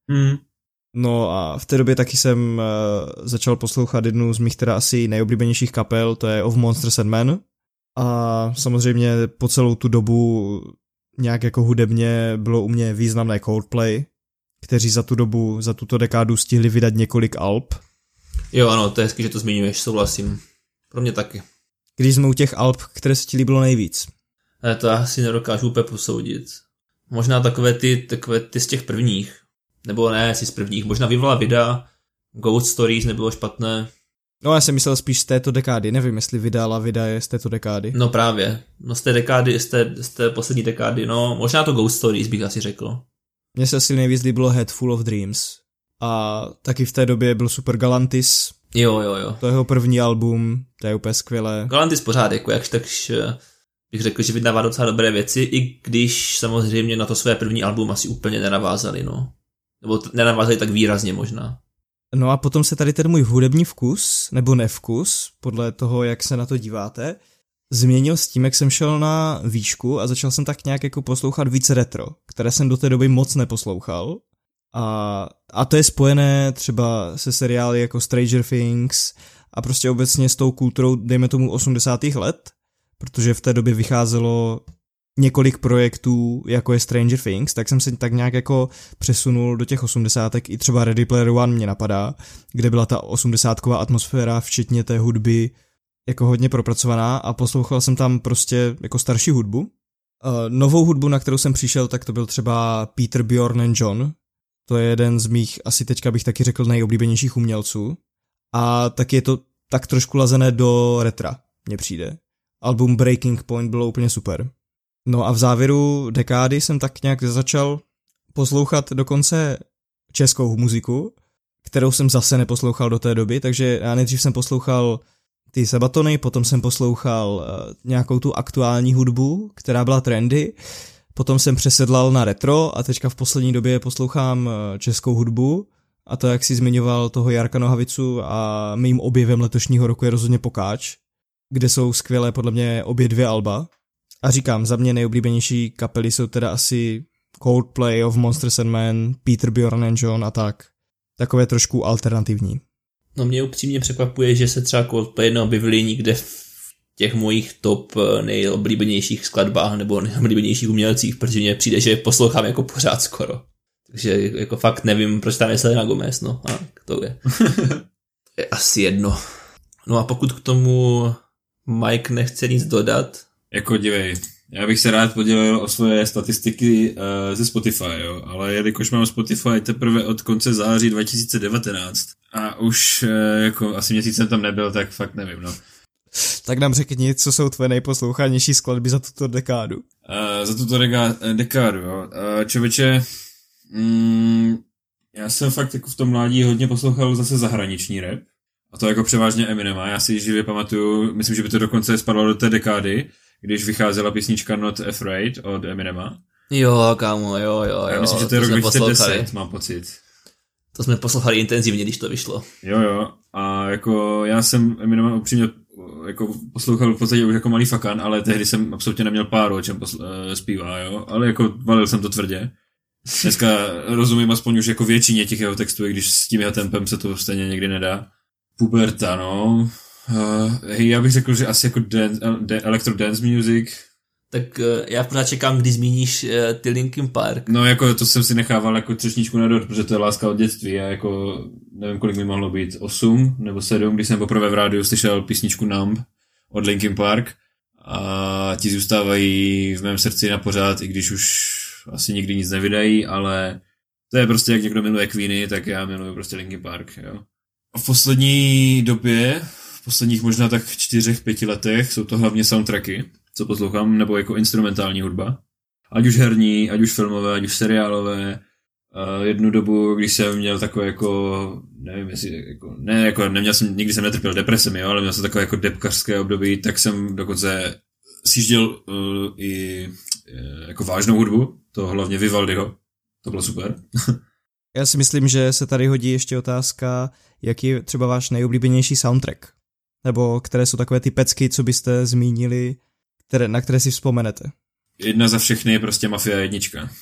No a v té době taky jsem začal poslouchat jednu z mých teda asi nejoblíbenějších kapel, to je Of Monsters and Men. A samozřejmě po celou tu dobu nějak jako hudebně bylo u mě významné Coldplay, kteří za tu dobu, za tuto dekádu stihli vydat několik alb. Jo, ano, to je hezky, že to zmiňuješ, souhlasím. Pro mě taky. Když jsme u těch alb, které se ti líbilo nejvíc? To já si nedokážu úplně posoudit. Možná takové ty z těch prvních. Nebo ne, asi z prvních. Možná Viva Vida, Ghost Stories nebylo špatné. No já jsem myslel spíš z této dekády, nevím, jestli Vida je z této dekády. No právě, no z té dekády, z té poslední dekády, no možná to Ghost Stories bych asi řekl. Mně se asi nejvíc líbilo Head Full of Dreams. A taky v té době byl super Galantis. Jo. To jeho první album, to je úplně skvělé. Galantis pořád, jako jakž takž bych řekl, že vydává docela dobré věci, i když samozřejmě na to své první album asi úplně nenavázali, no. Nebo nenavázali tak výrazně možná. No a potom se tady ten můj hudební vkus, nebo nevkus, podle toho, jak se na to díváte, změnil s tím, jak jsem šel na výšku a začal jsem tak nějak jako poslouchat víc retro, které jsem do té doby moc neposlouchal. A to je spojené třeba se seriály jako Stranger Things a prostě obecně s tou kulturou, dejme tomu 80. let, protože v té době vycházelo několik projektů, jako je Stranger Things, tak jsem se tak nějak jako přesunul do těch 80. I třeba Ready Player One mě napadá, kde byla ta 80ková atmosféra, včetně té hudby, jako hodně propracovaná a poslouchal jsem tam prostě jako starší hudbu. Novou hudbu, na kterou jsem přišel, tak to byl třeba Peter, Bjorn and John. To je jeden z mých, asi teďka bych taky řekl, nejoblíbenějších umělců. A taky je to tak trošku lazené do retra, mně přijde. Album Breaking Point bylo úplně super. No a v závěru dekády jsem tak nějak začal poslouchat dokonce českou muziku, kterou jsem zase neposlouchal do té doby, takže já nejdřív jsem poslouchal ty Sabatony, potom jsem poslouchal nějakou tu aktuální hudbu, která byla trendy, potom jsem přesedlal na retro a teďka v poslední době poslouchám českou hudbu a to, jak jsi zmiňoval toho Jarka Nohavicu a mým objevem letošního roku je rozhodně Pokáč, kde jsou skvělé podle mě obě dvě alba. A říkám, za mě nejoblíbenější kapely jsou teda asi Coldplay, Of Monsters and Men, Peter, Bjorn and John a tak. Takové trošku alternativní. No mě upřímně překvapuje, že se třeba Coldplay neobjevili nikde v těch mojich top nejoblíbenějších skladbách nebo nejoblíbenějších umělcích, protože mně přijde, že je poslouchám jako pořád skoro. Takže jako fakt nevím, proč tam je Selena Gomez, no a to je. Je asi jedno. No a pokud k tomu Mike nechce nic dodat, jako dívej, Já bych se rád podělil o svoje statistiky ze Spotify, jo, ale jelikož mám Spotify teprve od konce září 2019 a už jako asi měsíc jsem tam nebyl, tak fakt nevím, no. Tak nám řekni, co jsou tvoje nejposlouchanější skladby za tuto dekádu. Za tuto dekádu, jo. Člověče, já jsem fakt jako v tom mládí hodně poslouchal zase zahraniční rap. A to jako převážně Eminema. Já si živě pamatuju, myslím, že by to dokonce spadlo do té dekády, když vycházela písnička Not Afraid od Eminema. Jo, kámo, jo. Já myslím, že to je rok 2010, mám pocit. To jsme poslouchali intenzivně, když to vyšlo. Jo. A jako já jsem Eminema upřímně jako poslouchal v podstatě už jako malý fakan, ale tehdy jsem absolutně neměl páru, o čem zpívá, jo. Ale jako valil jsem to tvrdě. Dneska rozumím aspoň už jako většině těch jeho textů, i když s tím jeho tempem se to stejně někdy nedá. Puberta, no. Já bych řekl, že asi jako electro dance music. Tak já pořád čekám, kdy zmíníš ty Linkin Park. No jako to jsem si nechával jako třešničku na dort, protože to je láska od dětství a jako nevím, kolik mi mohlo být, 8 nebo 7, když jsem poprvé v rádiu slyšel písničku Numb od Linkin Park a ti zůstávají v mém srdci na pořád, i když už asi nikdy nic nevydají, ale to je prostě, jak někdo miluje Queeny, tak já miluji prostě Linkin Park, jo. A v poslední době, v posledních možná tak 4-5 letech jsou to hlavně soundtracky, co poslouchám, nebo jako instrumentální hudba. Ať už herní, ať už filmové, ať už seriálové. Jednu dobu, když jsem měl takové jako, nevím jestli, jako, nikdy jsem netrpěl depresemi, jo, ale měl jsem takové jako depkařské období, tak jsem dokonce sjížděl i jako vážnou hudbu, to hlavně Vivaldiho. To bylo super. Já si myslím, že se tady hodí ještě otázka, jaký je třeba váš nejoblíbenější soundtrack? Nebo které jsou takové ty pecky, co byste zmínili, na které si vzpomenete? Jedna za všechny je prostě Mafia 1.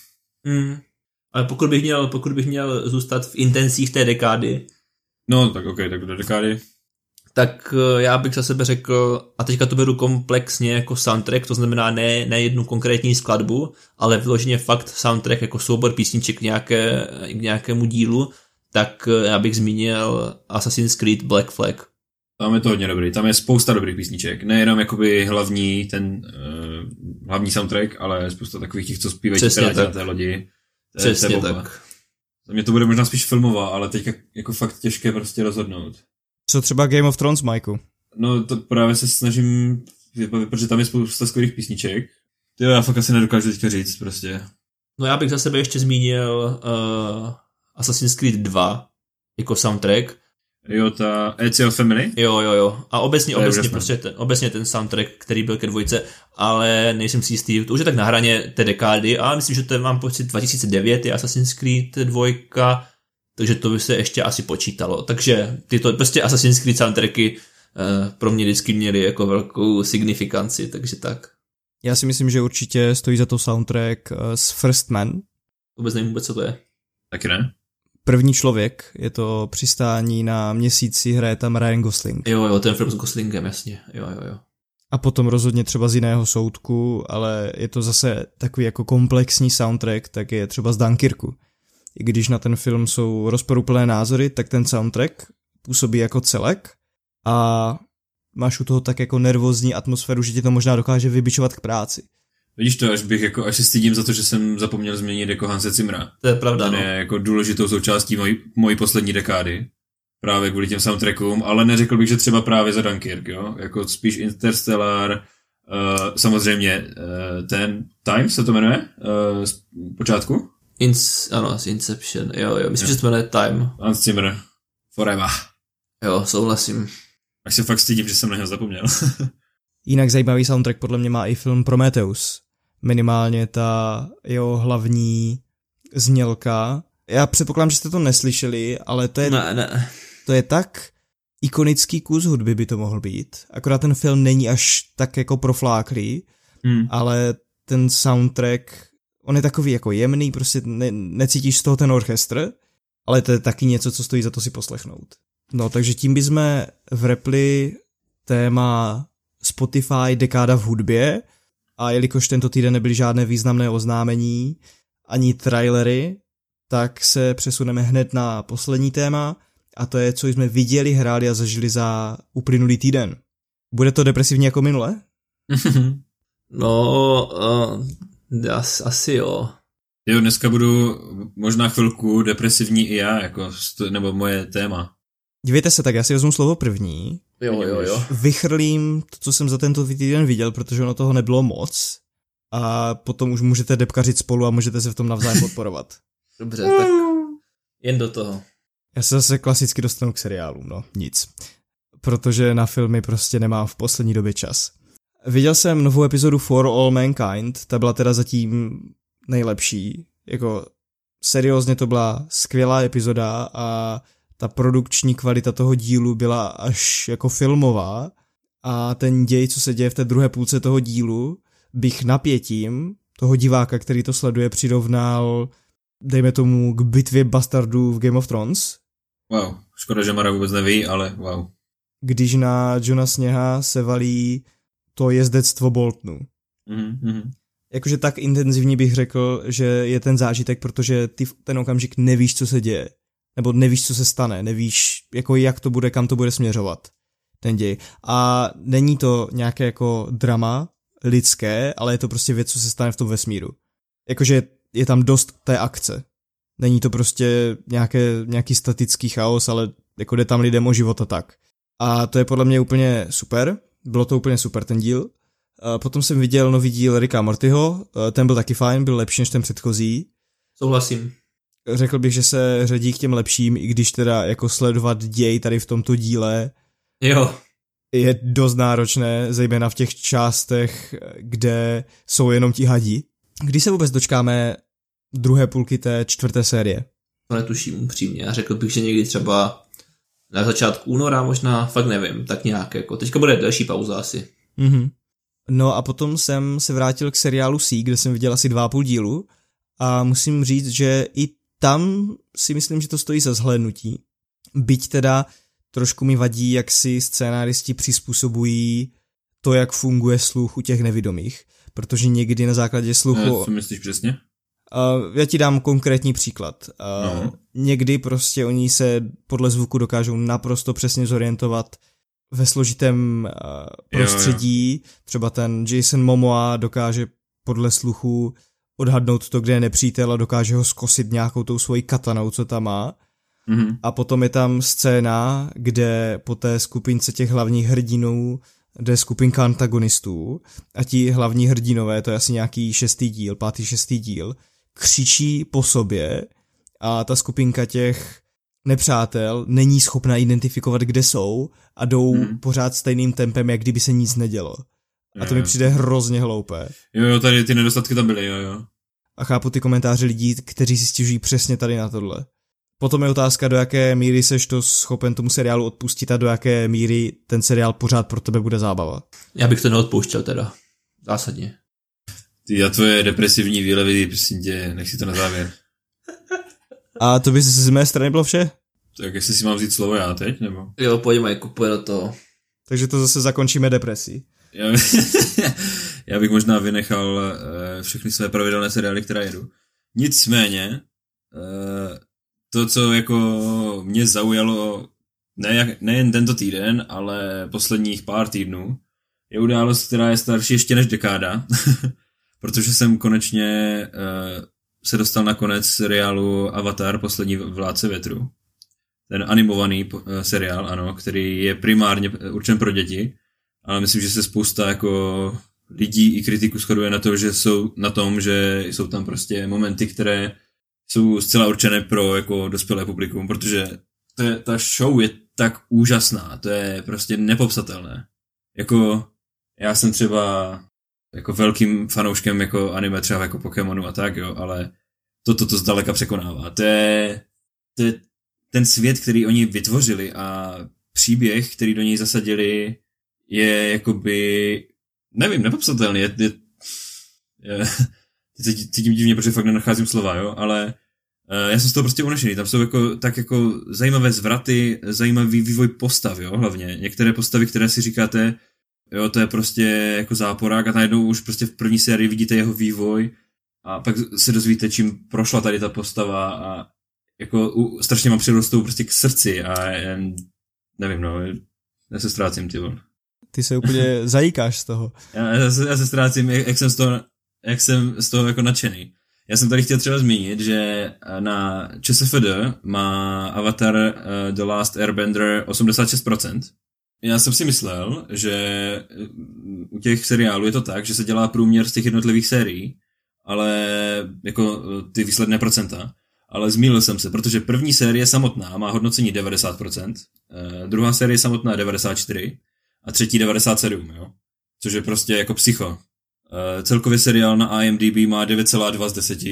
Ale pokud bych měl zůstat v intencích té dekády. No, tak okej, tak do dekády. Tak já bych za sebe řekl, a teďka to beru komplexně jako soundtrack, to znamená ne jednu konkrétní skladbu, ale vyloženě fakt soundtrack jako soubor písniček k nějakému dílu, tak já bych zmínil Assassin's Creed Black Flag. Tam je to hodně dobrý, tam je spousta dobrých písniček, nejenom jakoby hlavní soundtrack, ale spousta takových těch, co zpívají na té lodi. Přesně tak. Za mě to bude možná spíš filmová, ale teďka jako fakt těžké prostě rozhodnout. Co třeba Game of Thrones, Majku? No to právě se snažím vybavit, protože tam je spousta skvělých písniček. Já fakt asi nedokážu teďka říct prostě. No já bych za sebe ještě zmínil Assassin's Creed 2 jako soundtrack. Jo, ta Ezio Family? Jo. A obecně ten soundtrack, který byl ke 2, ale nejsem si jistý, to už je tak na hraně té dekády, ale myslím, že to mám pocit 2009 je Assassin's Creed 2, takže to by se ještě asi počítalo. Takže tyto prostě Assassin's Creed soundtracky pro mě vždycky měly jako velkou signifikanci, takže tak. Já si myslím, že určitě stojí za to soundtrack z First Man. Vůbec nevím vůbec, co to je. Taky ne? První člověk, je to přistání na měsíci, hraje tam Ryan Gosling. Jo, ten film s Goslingem, jasně, jo. A potom rozhodně třeba z jiného soudku, ale je to zase takový jako komplexní soundtrack, tak je třeba z Dunkirku. I když na ten film jsou rozporuplné názory, tak ten soundtrack působí jako celek a máš u toho tak jako nervózní atmosféru, že ti to možná dokáže vybičovat k práci. Vidíš to, až se stydím za to, že jsem zapomněl změnit jako Hanse Zimmera. To je pravda, Ten je jako důležitou součástí mojí poslední dekády. Právě kvůli těm soundtrackům, ale neřekl bych, že třeba právě za Dunkirk, jo? Jako spíš Interstellar, samozřejmě ten Time se to jmenuje z počátku? Ano, z Inception, jo, myslím, že se to jmenuje Time. Hans Zimmer, Forever. Jo, souhlasím. Až se fakt stydím, že jsem na něho zapomněl. Jinak zajímavý soundtrack podle mě má i film Prometheus. Minimálně ta jeho hlavní znělka. Já předpokládám, že jste to neslyšeli, ale to je, to je tak ikonický kus hudby by to mohl být. Akorát ten film není až tak jako profláklý, ale ten soundtrack, on je takový jako jemný, prostě necítíš z toho ten orchestr, ale to je taky něco, co stojí za to si poslechnout. No, takže tím bychom vrepli téma Spotify dekáda v hudbě a jelikož tento týden nebyly žádné významné oznámení ani trailery, tak se přesuneme hned na poslední téma a to je, co jsme viděli, hráli a zažili za uplynulý týden. Bude to depresivní jako minule? No, asi jo. Jo, dneska budu možná chvilku depresivní i já, jako, nebo moje téma. Dívejte se, tak já si vezmu slovo první. Jo. Vychrlím to, co jsem za tento týden viděl, protože ono toho nebylo moc. A potom už můžete depkařit spolu a můžete se v tom navzájem podporovat. Dobře, tak jen do toho. Já se zase klasicky dostanu k seriálům, no, nic. Protože na filmy prostě nemám v poslední době čas. Viděl jsem novou epizodu For All Mankind, ta byla teda zatím nejlepší. Jako seriózně to byla skvělá epizoda a ta produkční kvalita toho dílu byla až jako filmová a ten děj, co se děje v té druhé půlce toho dílu, bych napětím toho diváka, který to sleduje, přirovnal, dejme tomu, k bitvě bastardů v Game of Thrones. Wow, škoda, že Mara vůbec neví, ale wow. Když na Johna Sněha se valí to jezdectvo Boltonů. Jakože tak intenzivní bych řekl, že je ten zážitek, protože ty v ten okamžik nevíš, co se děje. Nebo nevíš, co se stane, nevíš, jako jak to bude, kam to bude směřovat, ten děj. A není to nějaké jako drama lidské, ale je to prostě věc, co se stane v tom vesmíru. Jakože je tam dost té akce. Není to prostě nějaký statický chaos, ale jako jde tam lidem o život a tak. A to je podle mě úplně super. Bylo to úplně super ten díl. Potom jsem viděl nový díl Ricka Mortyho, ten byl taky fajn, byl lepší než ten předchozí. Souhlasím. Řekl bych, že se řadí k těm lepším, i když teda jako sledovat děj tady v tomto díle je dost náročné, zejména v těch částech, kde jsou jenom ti hadi. Kdy se vůbec dočkáme druhé půlky té 4. série? To netuším upřímně. Já řekl bych, že někdy třeba na začátku února, možná, fakt nevím, tak nějak jako. Teďka bude delší pauza asi. No a potom jsem se vrátil k seriálu C, kde jsem viděl asi 2,5 dílu a musím říct, že i tam si myslím, že to stojí za zhlédnutí. Byť teda trošku mi vadí, jak si scénáristi přizpůsobují to, jak funguje sluch u těch nevidomých, protože někdy na základě sluchu... Co myslíš přesně? Já ti dám konkrétní příklad. Někdy prostě oni se podle zvuku dokážou naprosto přesně zorientovat ve složitém prostředí. Třeba ten Jason Momoa dokáže podle sluchu odhadnout to, kde je nepřítel a dokáže ho zkosit nějakou tou svojí katanou, co tam má. A potom je tam scéna, kde po té skupince těch hlavních hrdinů jde skupinka antagonistů a ti hlavní hrdinové, to je asi nějaký 6. díl, 5., 6. díl, křičí po sobě a ta skupinka těch nepřátel není schopna identifikovat, kde jsou a jdou pořád stejným tempem, jak kdyby se nic nedělo. A to mi přijde hrozně hloupé. Jo, tady ty nedostatky tam byly, jo. A chápu ty komentáře lidí, kteří si stěžují přesně tady na tohle. Potom je otázka, do jaké míry seš to schopen tomu seriálu odpustit a do jaké míry ten seriál pořád pro tebe bude zábava. Já bych to neodpouštěl teda. Zásadně. Ty a tvoje depresivní výlevy, prosím tě, nech si to na závěr. A to by z mé strany bylo vše? Tak jestli si mám vzít slovo já teď, nebo? Jo, pojď Majku, pojď do toho. Takže to zase zakončíme depresí. Já bych možná vynechal všechny své pravidelné seriály, které jedu. Nicméně, to, co jako mě zaujalo nejen tento týden, ale posledních pár týdnů, je událost, která je starší ještě než dekáda, protože jsem konečně se dostal na konec seriálu Avatar, poslední vládce větru. Ten animovaný seriál, ano, který je primárně určen pro děti, ale myslím, že se spousta jako lidí i kritiků shoduje na to, že jsou na tom, že jsou tam prostě momenty, které jsou zcela určené pro jako dospělé publikum, protože ta show je tak úžasná, to je prostě nepopsatelné. Jako já jsem třeba jako velkým fanouškem jako anime, třeba jako Pokémonu a tak, jo, ale to zdaleka překonává. To je ten svět, který oni vytvořili a příběh, který do něj zasadili, je jakoby, nevím, nepopsatelný. Cítím divně, protože fakt nenacházím slova, jo, ale já jsem z toho prostě unešený. Tam jsou jako, tak jako zajímavé zvraty, zajímavý vývoj postav, jo, hlavně. Některé postavy, které si říkáte, jo, to je prostě jako záporák a najednou už prostě v první sérii vidíte jeho vývoj a pak se dozvíte, čím prošla tady ta postava a jako strašně mám přirostou prostě k srdci a nevím, no, já se ztrácím, ty vole. ty se úplně zajíkáš z toho. Já se ztrácím, jak jsem z toho jako nadšený. Já jsem tady chtěl třeba zmínit, že na ČSFD má Avatar The Last Airbender 86%. Já jsem si myslel, že u těch seriálů je to tak, že se dělá průměr z těch jednotlivých sérií, ale jako ty výsledné procenta. Ale zmýlil jsem se, protože první série samotná má hodnocení 90%, druhá série samotná 94% a třetí 97%, jo? Což je prostě jako psycho. Celkově seriál na IMDb má 9,2 z 10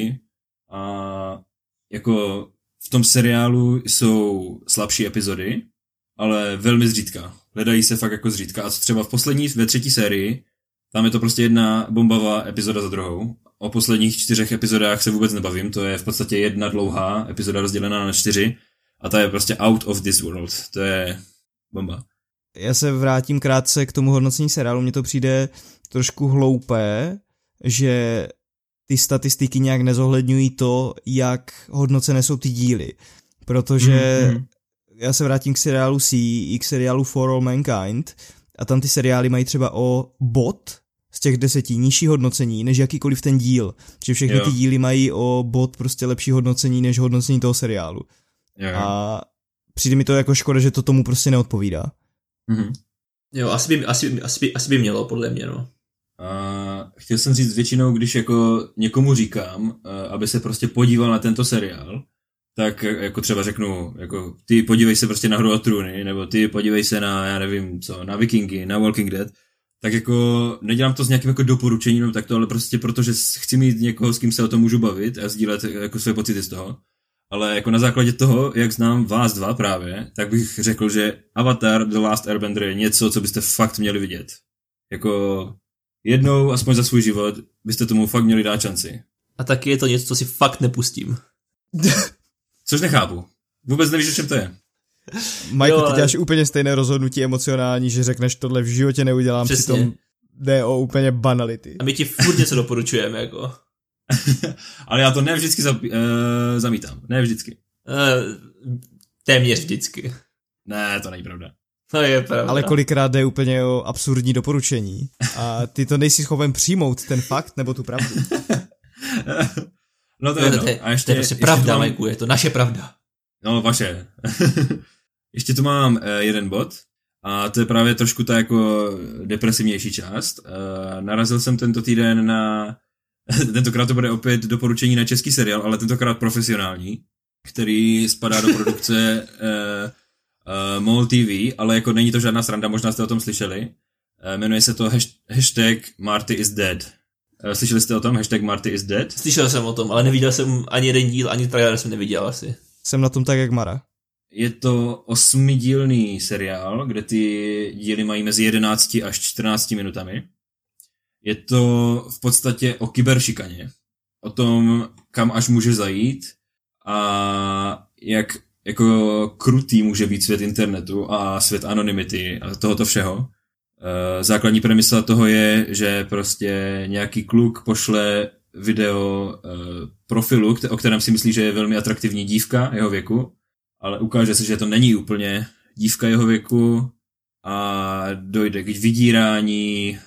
a jako v tom seriálu jsou slabší epizody, ale velmi zřídka. Hledají se fakt jako zřídka. A třeba ve třetí sérii, tam je to prostě jedna bombavá epizoda za druhou. O posledních 4 epizodách se vůbec nebavím, to je v podstatě jedna dlouhá epizoda rozdělená na 4 a ta je prostě out of this world. To je bomba. Já se vrátím krátce k tomu hodnocení seriálu, mně to přijde trošku hloupé, že ty statistiky nějak nezohledňují to, jak hodnocené jsou ty díly. Protože já se vrátím k seriálu C i k seriálu For All Mankind a tam ty seriály mají třeba o bod z těch 10 nižší hodnocení, než jakýkoliv ten díl. Že všechny ty díly mají o bod prostě lepší hodnocení, než hodnocení toho seriálu. Jo. A přijde mi to jako škoda, že to tomu prostě neodpovídá. Jo, asi by mělo, podle mě, no. A chtěl jsem říct většinou, když jako někomu říkám, aby se prostě podíval na tento seriál, tak jako třeba řeknu, jako ty podívej se prostě na Hru o trůny, nebo ty podívej se na, já nevím co, na Vikingy, na Walking Dead, tak jako nedělám to s nějakým jako doporučením, tak to, ale prostě protože chci mít někoho, s kým se o tom můžu bavit a sdílet jako své pocity z toho. Ale jako na základě toho, jak znám vás dva právě, tak bych řekl, že Avatar The Last Airbender je něco, co byste fakt měli vidět. Jako jednou, aspoň za svůj život, byste tomu fakt měli dát šanci. A taky je to něco, co si fakt nepustím. Což nechápu. Vůbec nevíš, o čem to je. Michael, ty děláš úplně stejné rozhodnutí emocionální, že řekneš tohle v životě neudělám, přitom jde o úplně banality. A my ti furt něco doporučujeme, jako. Ale já to ne vždycky zamítám. Ne vždycky. Téměř vždycky. Ne, to není pravda. To je pravda. Ale kolikrát jde úplně o absurdní doporučení. A ty to nejsi schopen přijmout, ten fakt, nebo tu pravdu. No to je jedno. To je prostě pravda, Majku, je to naše pravda. No, vaše. Ještě tu mám jeden bod. A to je právě trošku ta jako depresivnější část. Narazil jsem tento týden na... Tentokrát to bude opět doporučení na český seriál, ale tentokrát profesionální, který spadá do produkce MOL TV, ale jako není to žádná sranda, možná jste o tom slyšeli. Jmenuje se to hashtag Marty is dead. Slyšeli jste o tom? Hashtag Marty is dead? Slyšel jsem o tom, ale neviděl jsem ani jeden díl, ani trailer jsem neviděl asi. Jsem na tom tak jak Mara. Je to 8dílný seriál, kde ty díly mají mezi 11 až 14 minutami. Je to v podstatě o kyberšikaně. O tom, kam až může zajít a jak jako krutý může být svět internetu a svět anonymity a tohoto všeho. Základní premisa toho je, že prostě nějaký kluk pošle video profilu, o kterém si myslí, že je velmi atraktivní dívka jeho věku, ale ukáže se, že to není úplně dívka jeho věku a dojde k vydírání,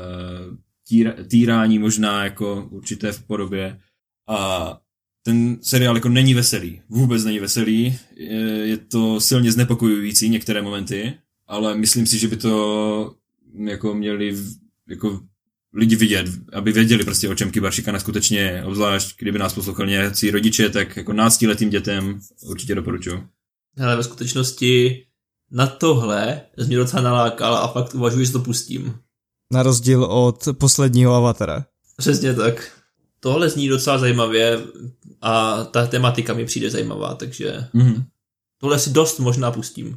týrání možná jako určité v podobě a ten seriál jako není veselý, vůbec není veselý, je to silně znepokojující některé momenty, ale myslím si, že by to jako měli jako lidi vidět, aby věděli prostě o čem kyberšikana skutečně je, obzvlášť kdyby nás poslouchali nějací rodiče, tak jako 12letým dětem určitě doporučuji. Ale ve skutečnosti na tohle mě docela nalákal a fakt uvažuji, že to pustím. Na rozdíl od posledního Avatara. Přesně tak. Tohle zní docela zajímavě a ta tematika mi přijde zajímavá, takže tohle si dost možná pustím.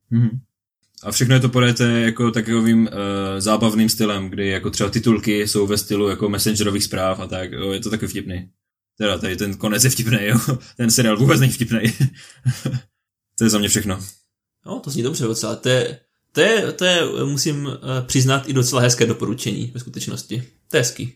A všechno je to podajete jako takovým zábavným stylem, kdy jako třeba titulky jsou ve stylu jako messengerových zpráv a tak, jo, je to takový vtipný. Teda tady ten konec je vtipný, jo, ten seriál vůbec není vtipný. To je za mě všechno. No, to zní dobře docela, to je, musím přiznat, i docela hezké doporučení ve skutečnosti. To je hezký.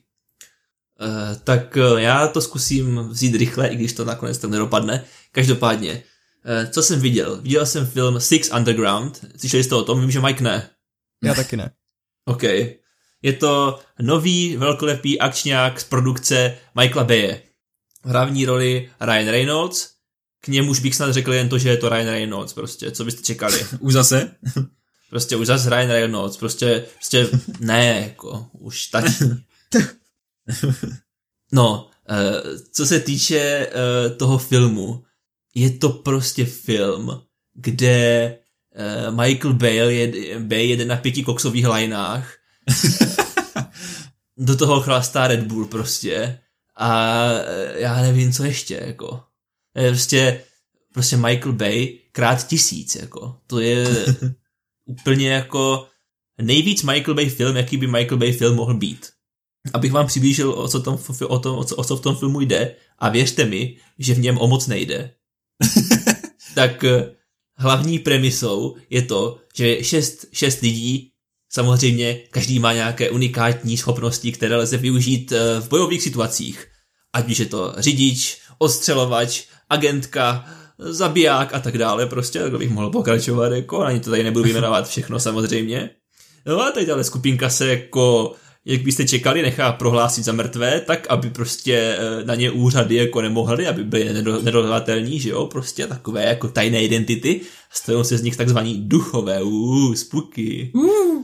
Tak já to zkusím vzít rychle, i když to nakonec tak nedopadne. Každopádně, co jsem viděl? Viděl jsem film Six Underground. Slyšeli jste o tom? Vím, že Mike ne. Já taky ne. OK. Je to nový velkolepý akčňák z produkce Michaela Baye. V hlavní roli Ryan Reynolds. K němuž bych snad řekl jen to, že je to Ryan Reynolds, prostě. Co byste čekali? Už zase? Prostě už zase Ryan Reynolds. Prostě ne, jako, už stačí. No, co se týče toho filmu, je to prostě film, kde Michael Bay jede na 5 koksových lajnách, do toho chlastá Red Bull prostě a já nevím, co ještě, jako. Prostě Michael Bay krát 1000, jako. To je úplně jako nejvíc Michael Bay film, jaký by Michael Bay film mohl být. Abych vám přiblížil, o co v tom filmu jde, a věřte mi, že v něm o moc nejde. Tak hlavní premisou je to, že 6 lidí, samozřejmě každý má nějaké unikátní schopnosti, které lze využít v bojových situacích. Ať už je to řidič, ostřelovač, agentka, zabiják a tak dále, prostě, tak bych mohl pokračovat, jako, ani to tady nebudu vyjmenovat všechno samozřejmě. No a tady tahle skupinka se jako, jak byste čekali, nechá prohlásit za mrtvé, tak aby prostě na ně úřady jako nemohly, aby byly nedohledatelní, že jo, prostě takové jako tajné identity, stojí se z nich takzvaní duchové, spooky.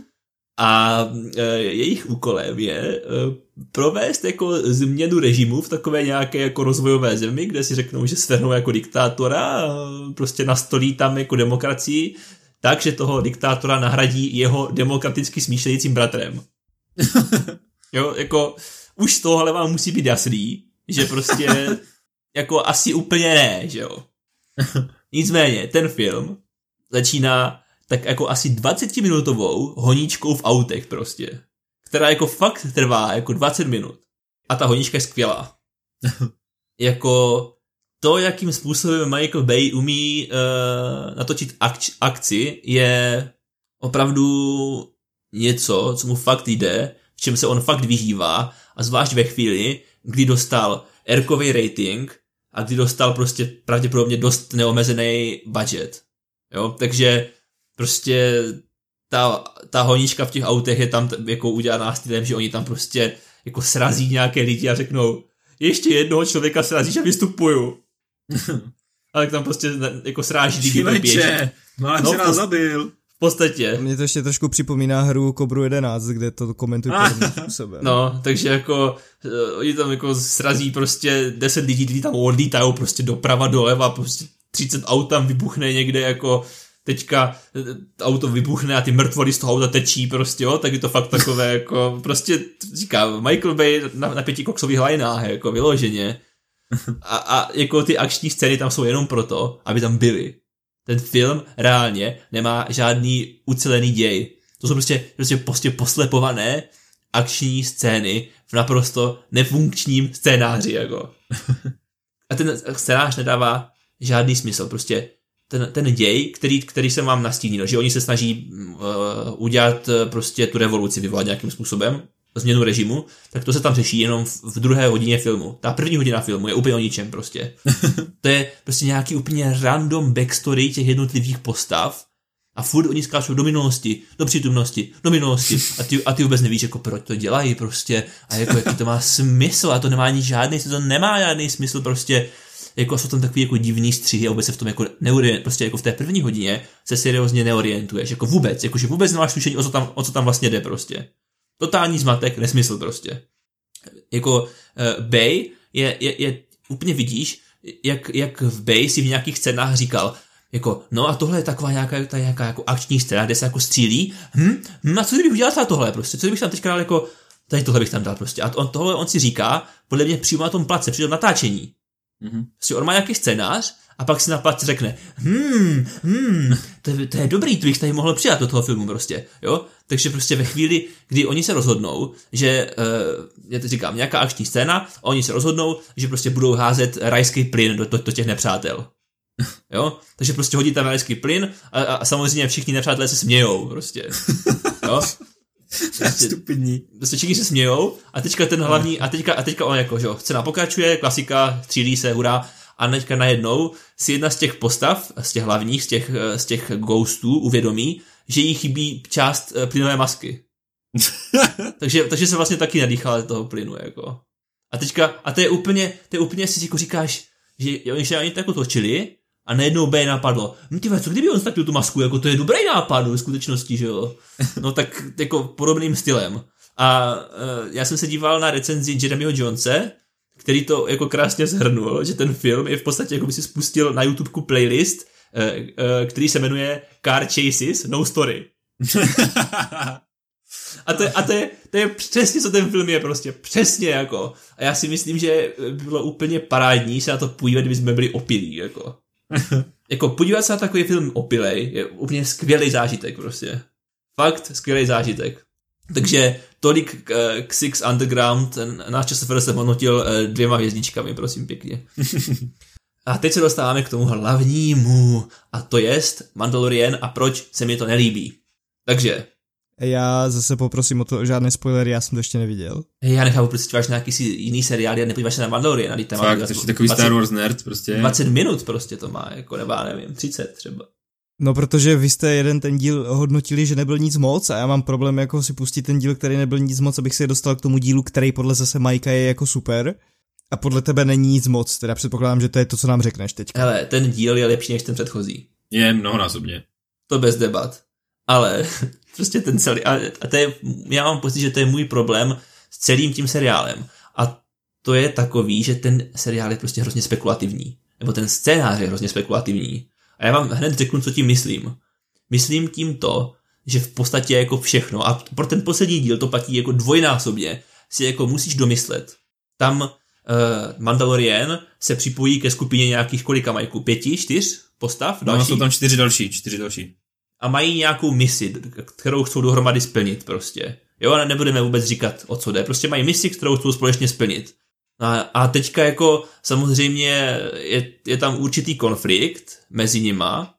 A jejich úkolem je provést jako změnu režimu v takové nějaké jako rozvojové zemi, kde si řeknou, že svrhnou jako diktátora a prostě nastolí tam jako demokracii, takže toho diktátora nahradí jeho demokraticky smýšlejícím bratrem. Jo, jako už z tohohle vám musí být jasný, že prostě jako asi úplně ne, že jo. Nicméně, ten film začíná tak jako asi 20-minutovou honíčkou v autech prostě, která jako fakt trvá jako 20 minut. A ta honíčka je skvělá. Jako to, jakým způsobem Michael Bay umí natočit akci, je opravdu něco, co mu fakt jde, v čem se on fakt vyžívá, a zvlášť ve chvíli, kdy dostal R-kový rating a kdy dostal prostě pravděpodobně dost neomezený budget. Jo, takže prostě ta honíčka v těch autech je tam jako udělaná stylem, že oni tam prostě jako srazí nějaké lidi a řeknou, ještě jednoho člověka srazíš a vystupuju. Ale tam prostě jako sráží lidi. Šíleče, máš se nás zabil. V podstatě. Mě to ještě trošku připomíná hru Cobru 11, kde to komentují podobným způsobem. No, takže jako oni tam jako srazí prostě 10 lidí, kteří tam odlítají prostě doprava, doleva, prostě 30 aut tam vybuchne někde jako teďka auto vybuchne a ty mrtvoly z toho auta tečí prostě, jo, tak je to fakt takové jako prostě říká Michael Bay na 5 koksových lajnách, jako vyloženě. A jako ty akční scény tam jsou jenom proto, aby tam byly. Ten film reálně nemá žádný ucelený děj. To jsou prostě poslepované akční scény v naprosto nefunkčním scénáři, jako. A ten scénář nedává žádný smysl, prostě ten děj, který jsem vám nastínil, že oni se snaží udělat prostě tu revoluci, vyvolat nějakým způsobem, změnu režimu, tak to se tam řeší jenom v druhé hodině filmu. Ta první hodina filmu je úplně o ničem prostě. To je prostě nějaký úplně random backstory těch jednotlivých postav a furt oni skáčou do minulosti, do přítomnosti, do minulosti a ty vůbec nevíš, jako proč to dělají prostě a jako jaký to má smysl a to nemá ani žádný, to nemá žádný smysl prostě. Jako jsou tam takový jako divný střihy a vůbec se v tom jako prostě jako v té první hodině se seriózně neorientuješ, jako vůbec, jakože vůbec nemáš tušení, o co tam vlastně jde prostě. Totální zmatek, nesmysl prostě. Jako Bay je úplně vidíš, jak v Bay si v nějakých scénách říkal, jako, no a tohle je taková nějaká jako akční scéna, kde se jako střílí, a co kdybych udělal tohle prostě, co kdybych tam teďka dal jako, tady tohle bych tam dal prostě. A tohle on si říká, podle mě přímo na tom place, při tom natáčení. Prostě on má nějaký scénář a pak si na place řekne, to je dobrý, to bych tady mohl přidat do toho filmu prostě, jo? Takže prostě ve chvíli, kdy oni se rozhodnou, že, já teď říkám, nějaká akční scéna, a oni se rozhodnou, že prostě budou házet rajský plyn do těch nepřátel. Jo? Takže prostě hodí tam rajský plyn a samozřejmě všichni nepřátelé se smějou prostě. Jo? Stupidní. Prostě všichni se smějou a teďka ten hlavní, a teďka on jako, že scéna pokračuje, klasika, střílí se, hurá, a teďka najednou si jedna z těch postav, z těch hlavních, z těch ghostů uvědomí, že jí chybí část plynové masky. takže se vlastně taky nadýchala toho plynu, jako. A to je úplně si jako říkáš, že oni tak točili a najednou B napadlo, no ty co kdyby on ztratil tu masku, jako to je dobrý nápad ve skutečnosti, že jo. No tak jako podobným stylem. A já jsem se díval na recenzi Jeremyho Jonese, který to jako krásně shrnul, že ten film je v podstatě, jako by si spustil na YouTubeku playlist, který se jmenuje Car Chases, No Story. A to je přesně, co ten film je prostě, přesně jako. A já si myslím, že by bylo úplně parádní se na to podívat, kdyby jsme byli opilí, jako. Jako podívat se na takový film opilej je úplně skvělý zážitek prostě. Fakt skvělý zážitek. Takže tolik k Six Underground, náš časofil jsem hodnotil 2 hvězdičkami, prosím pěkně. A teď se dostáváme k tomu hlavnímu, a to jest Mandalorian a proč se mi to nelíbí. Takže. Já zase poprosím o to, žádné spoilery, já jsem to ještě neviděl. Já nechápu, proč si díváš na nějaký jiný seriál a nepodíváš se na Mandalorian. Fakt, to je takový 20, Star Wars nerd prostě. 20 minut prostě to má, jako nebo nevím, 30 třeba. No, protože vy jste jeden ten díl hodnotili, že nebyl nic moc a já mám problém jako si pustit ten díl, který nebyl nic moc, abych se dostal k tomu dílu, který podle zase Majka je jako super a podle tebe není nic moc, teda předpokládám, že to je to, co nám řekneš teďka. Hele, ten díl je lepší než ten předchozí. Je mnohonásobně. To bez debat. Ale prostě ten celý, a to je, já mám pocit, že to je můj problém s celým tím seriálem. A to je takový, že ten seriál je prostě hrozně spekulativní. Nebo ten scénář je hrozně spekulativní. A já vám hned řeknu, co tím myslím. Myslím tím to, že v podstatě jako všechno, a pro ten poslední díl to platí jako dvojnásobně, si jako musíš domyslet. Tam Mandalorian se připojí ke skupině nějakých kolika majků? 5, 4 postav? No, jsou tam 4 další. A mají nějakou misi, kterou chcou dohromady splnit prostě. Jo, a nebudeme vůbec říkat, o co jde. Prostě mají misi, kterou chcou společně splnit. A teďka jako samozřejmě je tam určitý konflikt mezi nima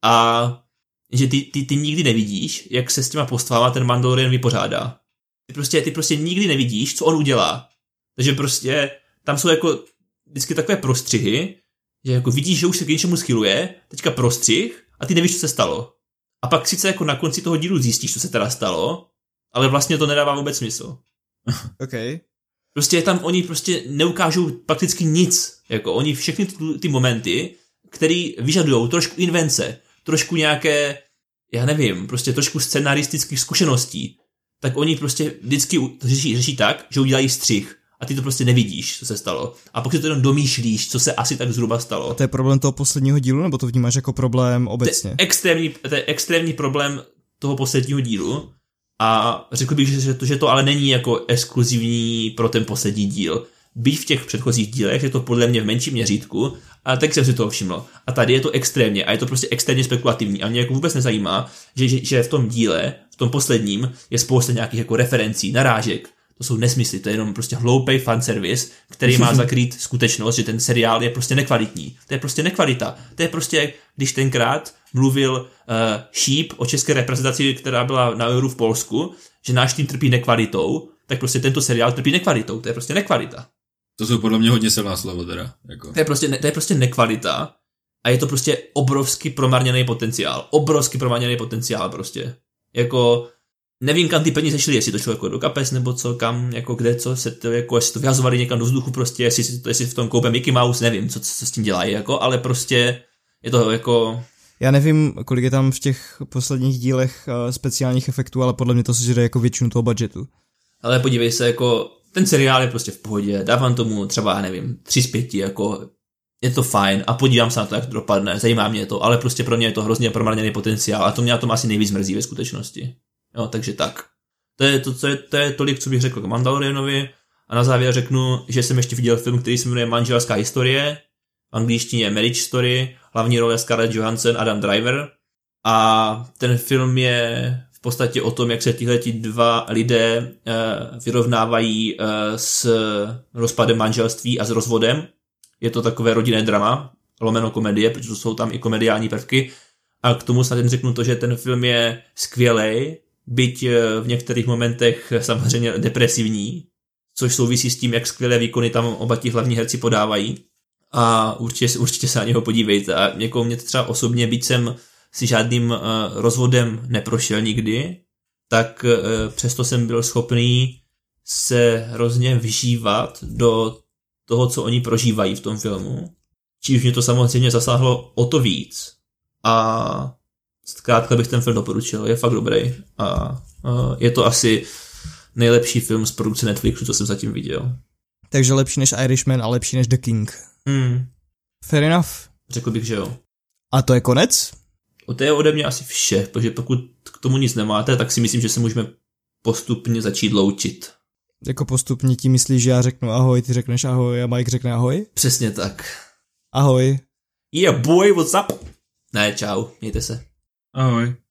a že ty nikdy nevidíš, jak se s těma postavama ten Mandalorian vypořádá. Ty prostě nikdy nevidíš, co on udělá. Takže prostě tam jsou jako vždycky takové prostřihy, že jako vidíš, že už se k něčemu schyluje, teďka prostřih a ty nevíš, co se stalo. A pak sice jako na konci toho dílu zjistíš, co se teda stalo, ale vlastně to nedává vůbec smysl. Okay. Prostě tam oni prostě neukážou prakticky nic. Jako oni všechny ty momenty, které vyžadujou trošku invence, trošku nějaké, já nevím, prostě trošku scenaristických zkušeností, tak oni prostě vždycky řeší tak, že udělají střih. A ty to prostě nevidíš, co se stalo. A pokud to jenom domýšlíš, co se asi tak zhruba stalo. A to je problém toho posledního dílu, nebo to vnímáš jako problém obecně? To je extrémní problém toho posledního dílu. A řekl bych, že to ale není jako exkluzivní pro ten poslední díl. Byť v těch předchozích dílech je to podle mě v menším měřítku, ale tak jsem si toho všiml. A tady je to extrémně a je to prostě extrémně spekulativní. A mě jako vůbec nezajímá, že v tom díle, v tom posledním, je spousta nějakých jako referencí, narážek. To jsou nesmysly, to je jenom prostě hloupej fanservice, který má zakrýt skutečnost, že ten seriál je prostě nekvalitní. To je prostě nekvalita. To je prostě, když tenkrát mluvil Šíp o české reprezentaci, která byla na Euru v Polsku, že náš tým trpí nekvalitou, tak prostě tento seriál trpí nekvalitou. To je prostě nekvalita. To jsou podle mě hodně silná slova teda. Jako. To je prostě nekvalita a je to prostě obrovsky promarněný potenciál. Obrovsky promarněný potenciál prostě. Jako nevím, kam ty peníze šly, jestli to šlo jako do kapes, nebo co, kam, jako kde, co se to, jako, jestli to vyhazovali někam do vzduchu prostě, jestli v tom koupe Mickey Mouse, nevím, co s tím dělají, jako, ale prostě je to jako. Já nevím, kolik je tam v těch posledních dílech speciálních efektů, ale podle mě to sežere jako většinu toho budgetu. Ale podívej se, jako, ten seriál je prostě v pohodě, dávám tomu třeba, já nevím, 3 z 5, jako, je to fajn a podívám se na to, jak to dopadne, zajímá mě to, ale prostě pro mě je to hrozně promarněný potenciál a to mě na tom asi nejvíc mrzí ve skutečnosti. Jo, takže tak. To je tolik, co bych řekl k Mandalorianovi. A na závěr řeknu, že jsem ještě viděl film, který se jmenuje Manželská historie. V angličtině je Marriage Story. Hlavní role Scarlett Johansson, Adam Driver. A ten film je v podstatě o tom, jak se tihleti dva lidé vyrovnávají s rozpadem manželství a s rozvodem. Je to takové rodinné drama, lomeno komedie, protože jsou tam i komediální prvky. A k tomu snad jen řeknu to, že ten film je skvělej, byť v některých momentech samozřejmě depresivní, což souvisí s tím, jak skvělé výkony tam oba ti hlavní herci podávají. A určitě se na něho podívejte. A mě třeba osobně, byť jsem si žádným rozvodem neprošel nikdy, tak přesto jsem byl schopný se hrozně vžívat do toho, co oni prožívají v tom filmu. Čímž mě to samozřejmě zasáhlo o to víc. A zkrátka bych ten film doporučil. Je fakt dobrý. A je to asi nejlepší film z produkce Netflixu, co jsem zatím viděl. Takže lepší než Irishman a lepší než The King. Fair enough. Řekl bych, že jo. A to je konec? To je ode mě asi vše, protože pokud k tomu nic nemáte, tak si myslím, že se můžeme postupně začít loučit. Jako postupně ti myslíš, že já řeknu ahoj, ty řekneš ahoj a Mike řekne ahoj? Přesně tak. Ahoj. Yeah boy, what's up? Ne, čau, mějte se. Ahoj.